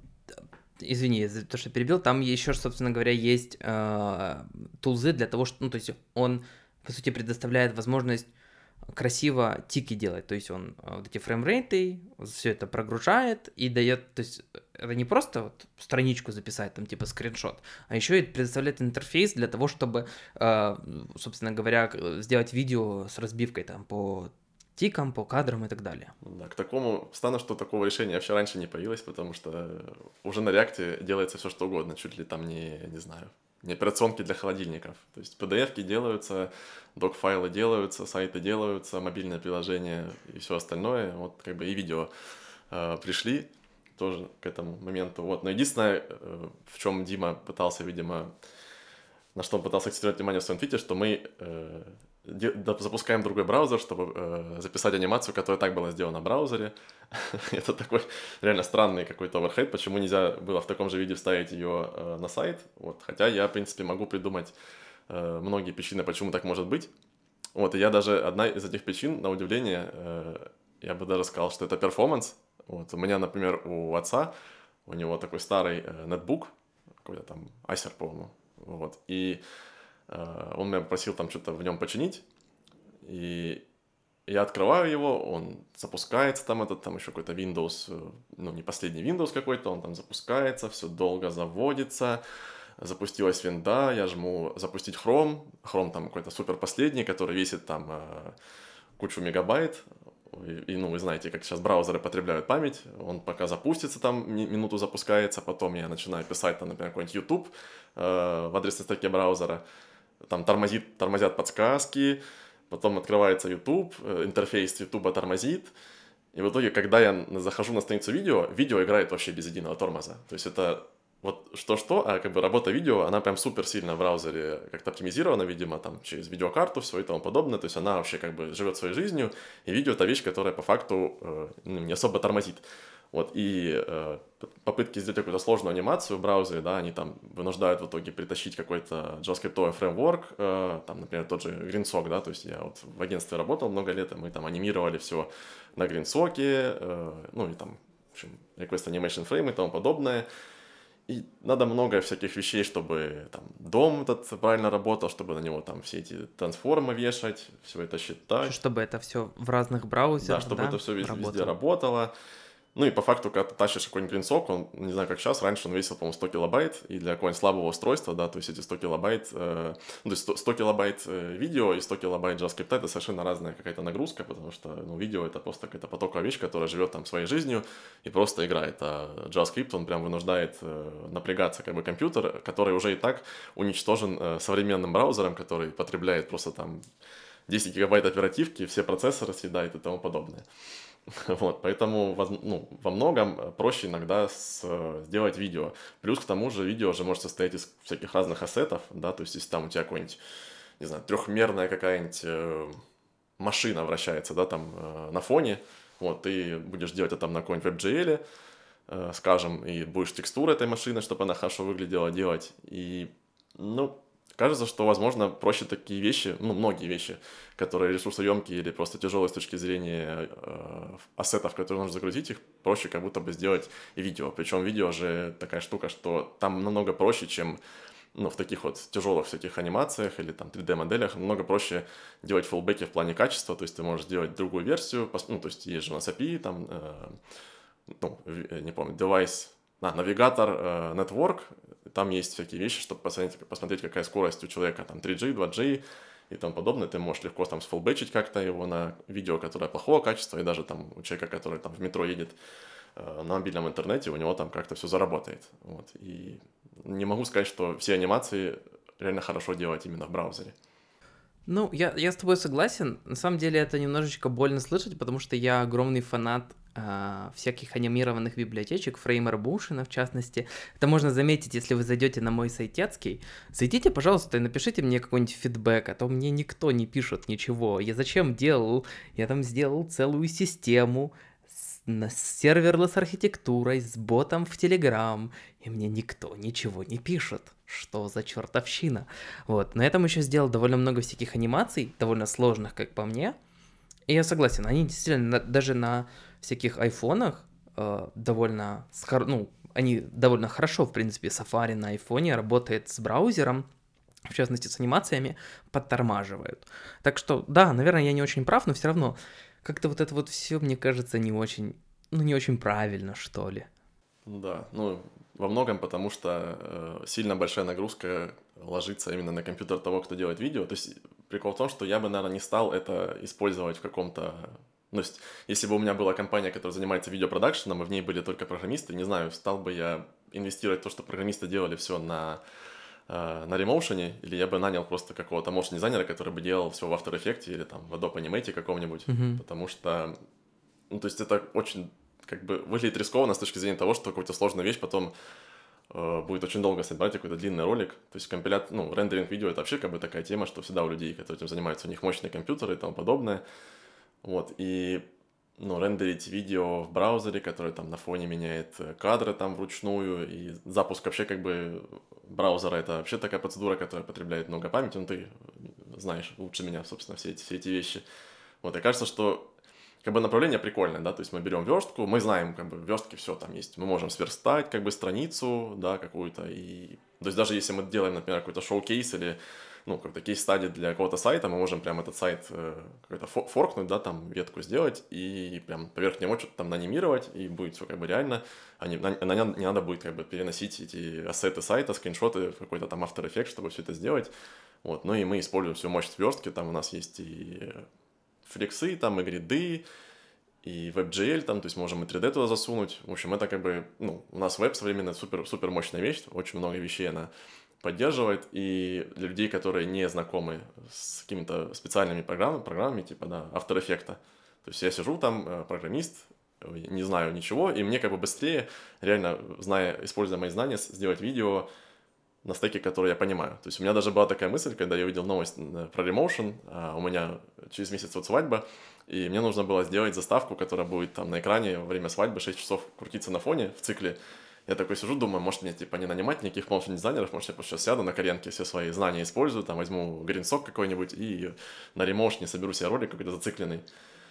извини за то, что перебил, там еще, собственно говоря, есть э, тулзы для того, что, ну, то есть он, по сути, предоставляет возможность красиво тики делать, то есть он э, вот эти фреймрейты, все это прогружает и дает, то есть это не просто вот страничку записать, там типа скриншот, а еще и предоставляет интерфейс для того, чтобы, э, собственно говоря, сделать видео с разбивкой там по тикам, по кадрам и так далее. Да, к такому стану, что такого решения вообще раньше не появилось, потому что уже на React делается все что угодно, чуть ли там не, не знаю, не операционки для холодильников. То есть пи ди эф-ки делаются, док-файлы делаются, сайты делаются, мобильное приложение и все остальное. Вот как бы и видео э, пришли тоже к этому моменту. Вот. Но единственное, э, в чем Дима пытался, видимо, на что он пытался акцентировать внимание в своем твите, что мы э, де- запускаем другой браузер, чтобы э, записать анимацию, которая так была сделана в браузере. Это такой реально странный какой-то оверхед, почему нельзя было в таком же виде вставить ее э, на сайт. Вот. Хотя я, в принципе, могу придумать э, многие причины, почему так может быть. Вот, и я даже, одна из этих причин, на удивление, э, я бы даже сказал, что это перформанс. Вот, у меня, например, у отца, у него такой старый э, нетбук, какой-то там Acer, по-моему, вот, и э, он меня попросил там что-то в нем починить, и я открываю его, он запускается, там этот, там еще какой-то Windows, э, ну, не последний Windows какой-то, он там запускается, все долго заводится, запустилась винда, я жму запустить Chrome, Chrome там какой-то супер последний, который весит там э, кучу мегабайт, и, и, ну, вы знаете, как сейчас браузеры потребляют память, он пока запустится, там ми- минуту запускается, потом я начинаю писать, там, например, какой-нибудь YouTube э, в адресной строке браузера, там тормозит, тормозят подсказки, потом открывается YouTube, э, интерфейс YouTube тормозит, и в итоге, когда я захожу на страницу видео, видео играет вообще без единого тормоза, то есть это вот что-что, а как бы работа видео, она прям супер сильно в браузере как-то оптимизирована, видимо, там через видеокарту, все и тому подобное, то есть она вообще как бы живет своей жизнью, и видео это вещь, которая по факту э, ну, не особо тормозит. Вот, и э, попытки сделать какую-то сложную анимацию в браузере, да, они там вынуждают в итоге притащить какой-то JavaScript фреймворк, э, там, например, тот же GreenSock, да, то есть я вот в агентстве работал много лет, и мы там анимировали все на GreenSock, э, ну и там, в общем, Request Animation Frame и тому подобное. И надо много всяких вещей, чтобы там дом этот правильно работал, чтобы на него там все эти трансформы вешать, все это считать. Чтобы это все в разных браузерах, Да, чтобы да, это все везде работало. работало. Ну и по факту, когда ты тащишь какой-нибудь GreenSock, он, не знаю, как сейчас, раньше он весил, по-моему, сто килобайт, и для какого-нибудь слабого устройства, да, то есть эти сто килобайт, э, ну, то есть сто, сто килобайт э, видео и сто килобайт JavaScript, это совершенно разная какая-то нагрузка, потому что, ну, видео это просто какая-то потоковая вещь, которая живет там своей жизнью и просто играет, а JavaScript, он прям вынуждает э, напрягаться, как бы, компьютер, который уже и так уничтожен э, современным браузером, который потребляет просто там десять гигабайт оперативки, все процессоры съедает и тому подобное. Вот, поэтому ну, во многом проще иногда с, сделать видео. Плюс к тому же видео же может состоять из всяких разных ассетов, да, то есть если там у тебя какой-нибудь, не знаю, трехмерная какая-нибудь э, машина вращается, да, там э, на фоне, вот, ты будешь делать это там на какой-нибудь WebGL, э, скажем, и будешь текстуру этой машины, чтобы она хорошо выглядела, делать, и, ну, кажется, что, возможно, проще такие вещи, ну, многие вещи, которые ресурсоемкие или просто тяжелые с точки зрения э, ассетов, которые нужно загрузить, их проще как будто бы сделать и видео. Причем видео же такая штука, что там намного проще, чем ну, в таких вот тяжелых всяких анимациях или там три дэ-моделях, намного проще делать фоллбеки в плане качества, то есть ты можешь сделать другую версию, ну, то есть есть же у нас эй пи ай, там, э, ну, не помню, device, а, навигатор, э, network, там есть всякие вещи, чтобы посмотреть, посмотреть, какая скорость у человека, там, три джи, два джи и тому подобное, ты можешь легко там сфоллбечить как-то его на видео, которое плохого качества, и даже там у человека, который там в метро едет э, на мобильном интернете, у него там как-то все заработает, вот, и не могу сказать, что все анимации реально хорошо делать именно в браузере. Ну, я, я с тобой согласен. На самом деле это немножечко больно слышать, потому что я огромный фанат а, всяких анимированных библиотечек, Framer Motion в частности. Это можно заметить, если вы зайдете на мой сайт Тецкий. Зайдите, пожалуйста, и напишите мне какой-нибудь фидбэк, а то мне никто не пишет ничего. Я зачем делал? Я там сделал целую систему с серверлess архитектурой, с ботом в Telegram, и мне никто ничего не пишет. Что за чертовщина? Вот, на этом еще сделал довольно много всяких анимаций, довольно сложных, как по мне. И я согласен, они действительно на, даже на всяких айфонах э, довольно, ну, они довольно хорошо, в принципе, Safari на айфоне работает с браузером, в частности, с анимациями, подтормаживают. Так что, да, наверное, я не очень прав, но все равно как-то вот это вот все, мне кажется, не очень, ну, не очень правильно, что ли. Да, ну, во многом потому, что э, сильно большая нагрузка ложится именно на компьютер того, кто делает видео. То есть прикол в том, что я бы, наверное, не стал это использовать в каком-то... Ну, то есть, если бы у меня была компания, которая занимается видеопродакшеном, и в ней были только программисты, не знаю, стал бы я инвестировать в то, что программисты делали все на, э, на ремоушене, или я бы нанял просто какого-то моушн-дизайнера, который бы делал все в After Effects или там в Adobe Animate каком-нибудь, Mm-hmm. потому что, ну, то есть это очень... как бы выглядит рискованно с точки зрения того, что какую-то сложную вещь потом э, будет очень долго собирать какой-то длинный ролик. То есть компилят, ну, рендеринг видео — это вообще как бы такая тема, что всегда у людей, которые этим занимаются, у них мощные компьютеры и тому подобное. Вот, и, ну, рендерить видео в браузере, который там на фоне меняет кадры там вручную, и запуск вообще как бы браузера — это вообще такая процедура, которая потребляет много памяти, ну, ты знаешь лучше меня, собственно, все эти, все эти вещи. Вот, и кажется, что как бы направление прикольное, да, то есть мы берем верстку, мы знаем, как бы в верстке все там есть, мы можем сверстать как бы страницу, да, какую-то, и, то есть даже если мы делаем, например, какой-то шоу-кейс или, ну, какой-то кейс-стади для какого-то сайта, мы можем прям этот сайт э, какой-то форкнуть, да, там ветку сделать и прям поверх него что-то там нанимировать, и будет все как бы реально, а не, на, на, не надо будет как бы переносить эти ассеты сайта, скриншоты в какой-то там After Effects, чтобы все это сделать, вот, ну и мы используем всю мощь верстки, там у нас есть и фликсы, там и гриды, и WebGL, там, то есть можем и три дэ туда засунуть. В общем, это как бы, ну, у нас веб современная супер, супер мощная вещь, очень много вещей она поддерживает, и для людей, которые не знакомы с какими-то специальными программами, программами типа, да, After Effects. То есть я сижу там, программист, не знаю ничего, и мне как бы быстрее, реально, зная, используя мои знания, сделать видео на стеке, который я понимаю. То есть у меня даже была такая мысль, когда я увидел новость про ремоушен, а у меня через месяц вот свадьба, и мне нужно было сделать заставку, которая будет там на экране во время свадьбы шесть часов крутиться на фоне в цикле. Я такой сижу, думаю, может мне типа не нанимать никаких моушн-дизайнеров, может я просто сейчас сяду на коленке, все свои знания использую, там возьму гринсок какой-нибудь и на ремоушне соберу себе ролик какой-то зацикленный.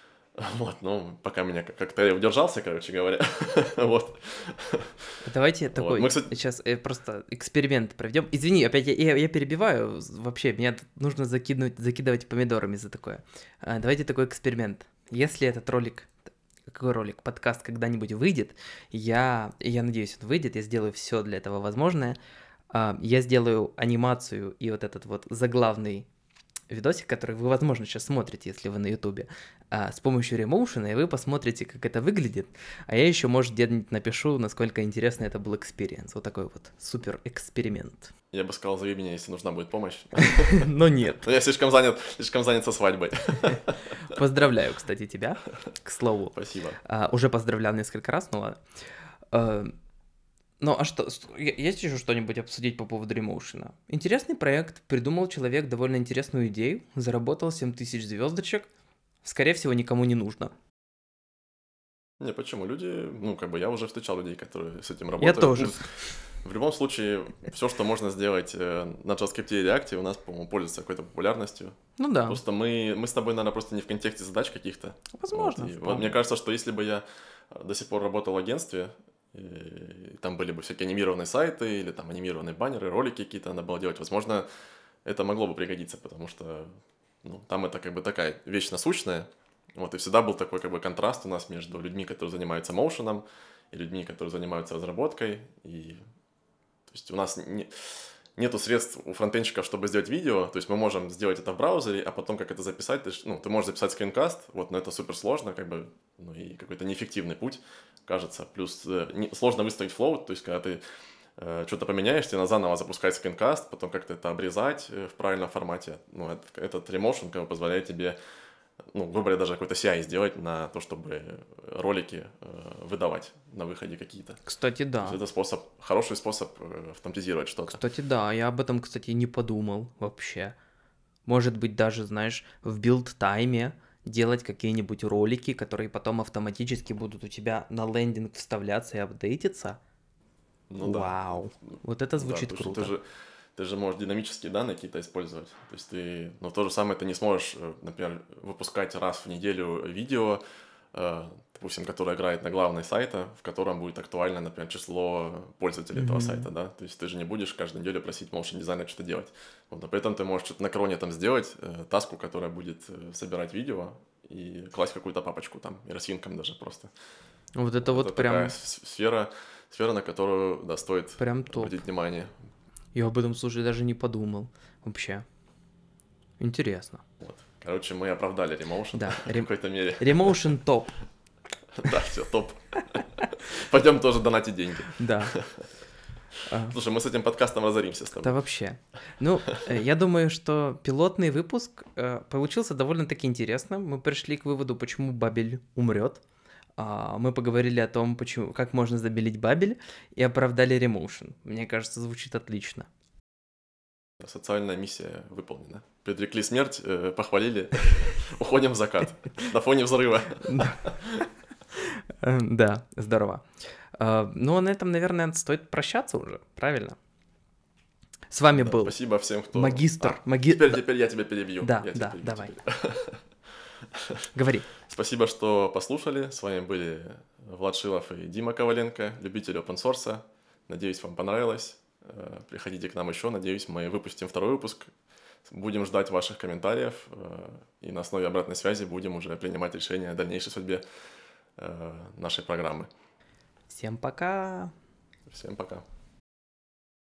Вот, ну, пока меня как-то я удержался, короче говоря, вот. Давайте вот. Такой, Мы, кстати... сейчас просто эксперимент проведем. Извини, опять я, я, я перебиваю, вообще, меня нужно закидывать, закидывать помидорами за такое. А, давайте такой эксперимент. Если этот ролик, какой ролик, подкаст когда-нибудь выйдет, я, я надеюсь, он выйдет, я сделаю все для этого возможное, а, я сделаю анимацию и вот этот вот заглавный видосик, который вы, возможно, сейчас смотрите, если вы на ютубе, а, с помощью ремоушена, и вы посмотрите, как это выглядит, а я еще, может, где-нибудь напишу, насколько интересно это был экспириенс. Вот такой вот супер эксперимент. Я бы сказал, зови меня, если нужна будет помощь. Но нет. Я слишком занят, слишком занят со свадьбой. Поздравляю, кстати, тебя, к слову. Спасибо. А, уже поздравлял несколько раз, ну ладно. А, ну, а что, есть еще что-нибудь обсудить по поводу ремоушена? Интересный проект, придумал человек довольно интересную идею, заработал семь тысяч звездочек, скорее всего, никому не нужно. Не, почему? Люди, ну, как бы я уже встречал людей, которые с этим Я работают. тоже. Ну, в любом случае, все, что можно сделать э, на JavaScript и React, у нас, по-моему, пользуется какой-то популярностью. Ну да, Просто мы, мы с тобой, наверное, просто не в контексте задач каких-то. Вот. возможно, И вот вполне. мне кажется, что если бы я до сих пор работал в агентстве, и там были бы всякие анимированные сайты или там анимированные баннеры, ролики какие-то надо было делать, возможно, это могло бы пригодиться, потому что ну, там это как бы такая вещь насущная. Вот, и всегда был такой как бы контраст у нас между людьми, которые занимаются моушеном, и людьми, которые занимаются разработкой. И, то есть у нас не, нету средств у фронтенщиков, чтобы сделать видео. То есть мы можем сделать это в браузере, а потом как это записать. Ты, ну, ты можешь записать скринкаст, вот, но это супер сложно, как бы, ну и какой-то неэффективный путь, кажется. Плюс э, не, сложно выставить флоу, то есть когда ты э, что-то поменяешь, тебе надо заново запускать скринкаст, потом как-то это обрезать э, в правильном формате. Ну, это, этот ремоушен как бы позволяет тебе, ну, грубо говоря, даже какой-то си ай сделать на то, чтобы ролики э, выдавать на выходе какие-то. Кстати, То есть да. это способ, хороший способ э, автоматизировать что-то. Кстати, да, я об этом, кстати, не подумал вообще. Может быть, даже, знаешь, в билд-тайме делать какие-нибудь ролики, которые потом автоматически будут у тебя на лендинг вставляться и апдейтиться. Ну да. Вау. Вот это звучит Да, потому что круто. ты же, ты же можешь динамические данные какие-то использовать. То есть ты, но в то же самое ты не сможешь, э, например, выпускать раз в неделю видео, э, допустим, которое играет на главной сайта, в котором будет актуально, например, число пользователей этого Мгм. сайта, да. То есть ты же не будешь каждую неделю просить motion дизайнера что-то делать. Вот, а при этом ты можешь что-то на кроне там сделать, э, таску, которая будет э, собирать видео и класть какую-то папочку там, и рассинком даже просто. Вот это Вот вот это такая прям, с- сфера, сфера, на которую, да, стоит прям топ. обратить внимание. Я об этом, слушай, даже не подумал вообще. Интересно. Вот. Короче, мы оправдали ремоушен Да, в рем- какой-то мере. Remotion топ. Да, все, топ. Пойдем тоже донатить деньги. Да. А, Слушай, мы с этим подкастом разоримся с Да тобой. вообще. Ну, э, я думаю, что пилотный выпуск э, получился довольно-таки интересным. Мы пришли к выводу, почему Бабель умрет. А, Мы поговорили о том, почему, как можно забелить Бабель, и оправдали ремоушен. Мне кажется, звучит отлично. Социальная миссия выполнена. Предрекли смерть, э, похвалили, уходим в закат. На фоне взрыва. Да. Э, Да, здорово. А, Ну, а на этом, наверное, стоит прощаться уже, правильно? С вами Да, был спасибо всем, кто... магистр. А, маги- теперь, да, теперь я тебя перебью. Да, Я тебя да, перебью давай. теперь. Говори. Спасибо, что послушали. С вами были Влад Шилов и Дима Коваленко, любители open-source. Надеюсь, вам понравилось. Э, Приходите к нам еще. Надеюсь, мы выпустим второй выпуск. Будем ждать ваших комментариев. э, И на основе обратной связи будем уже принимать решение о дальнейшей судьбе э, нашей программы. Всем пока. Всем пока.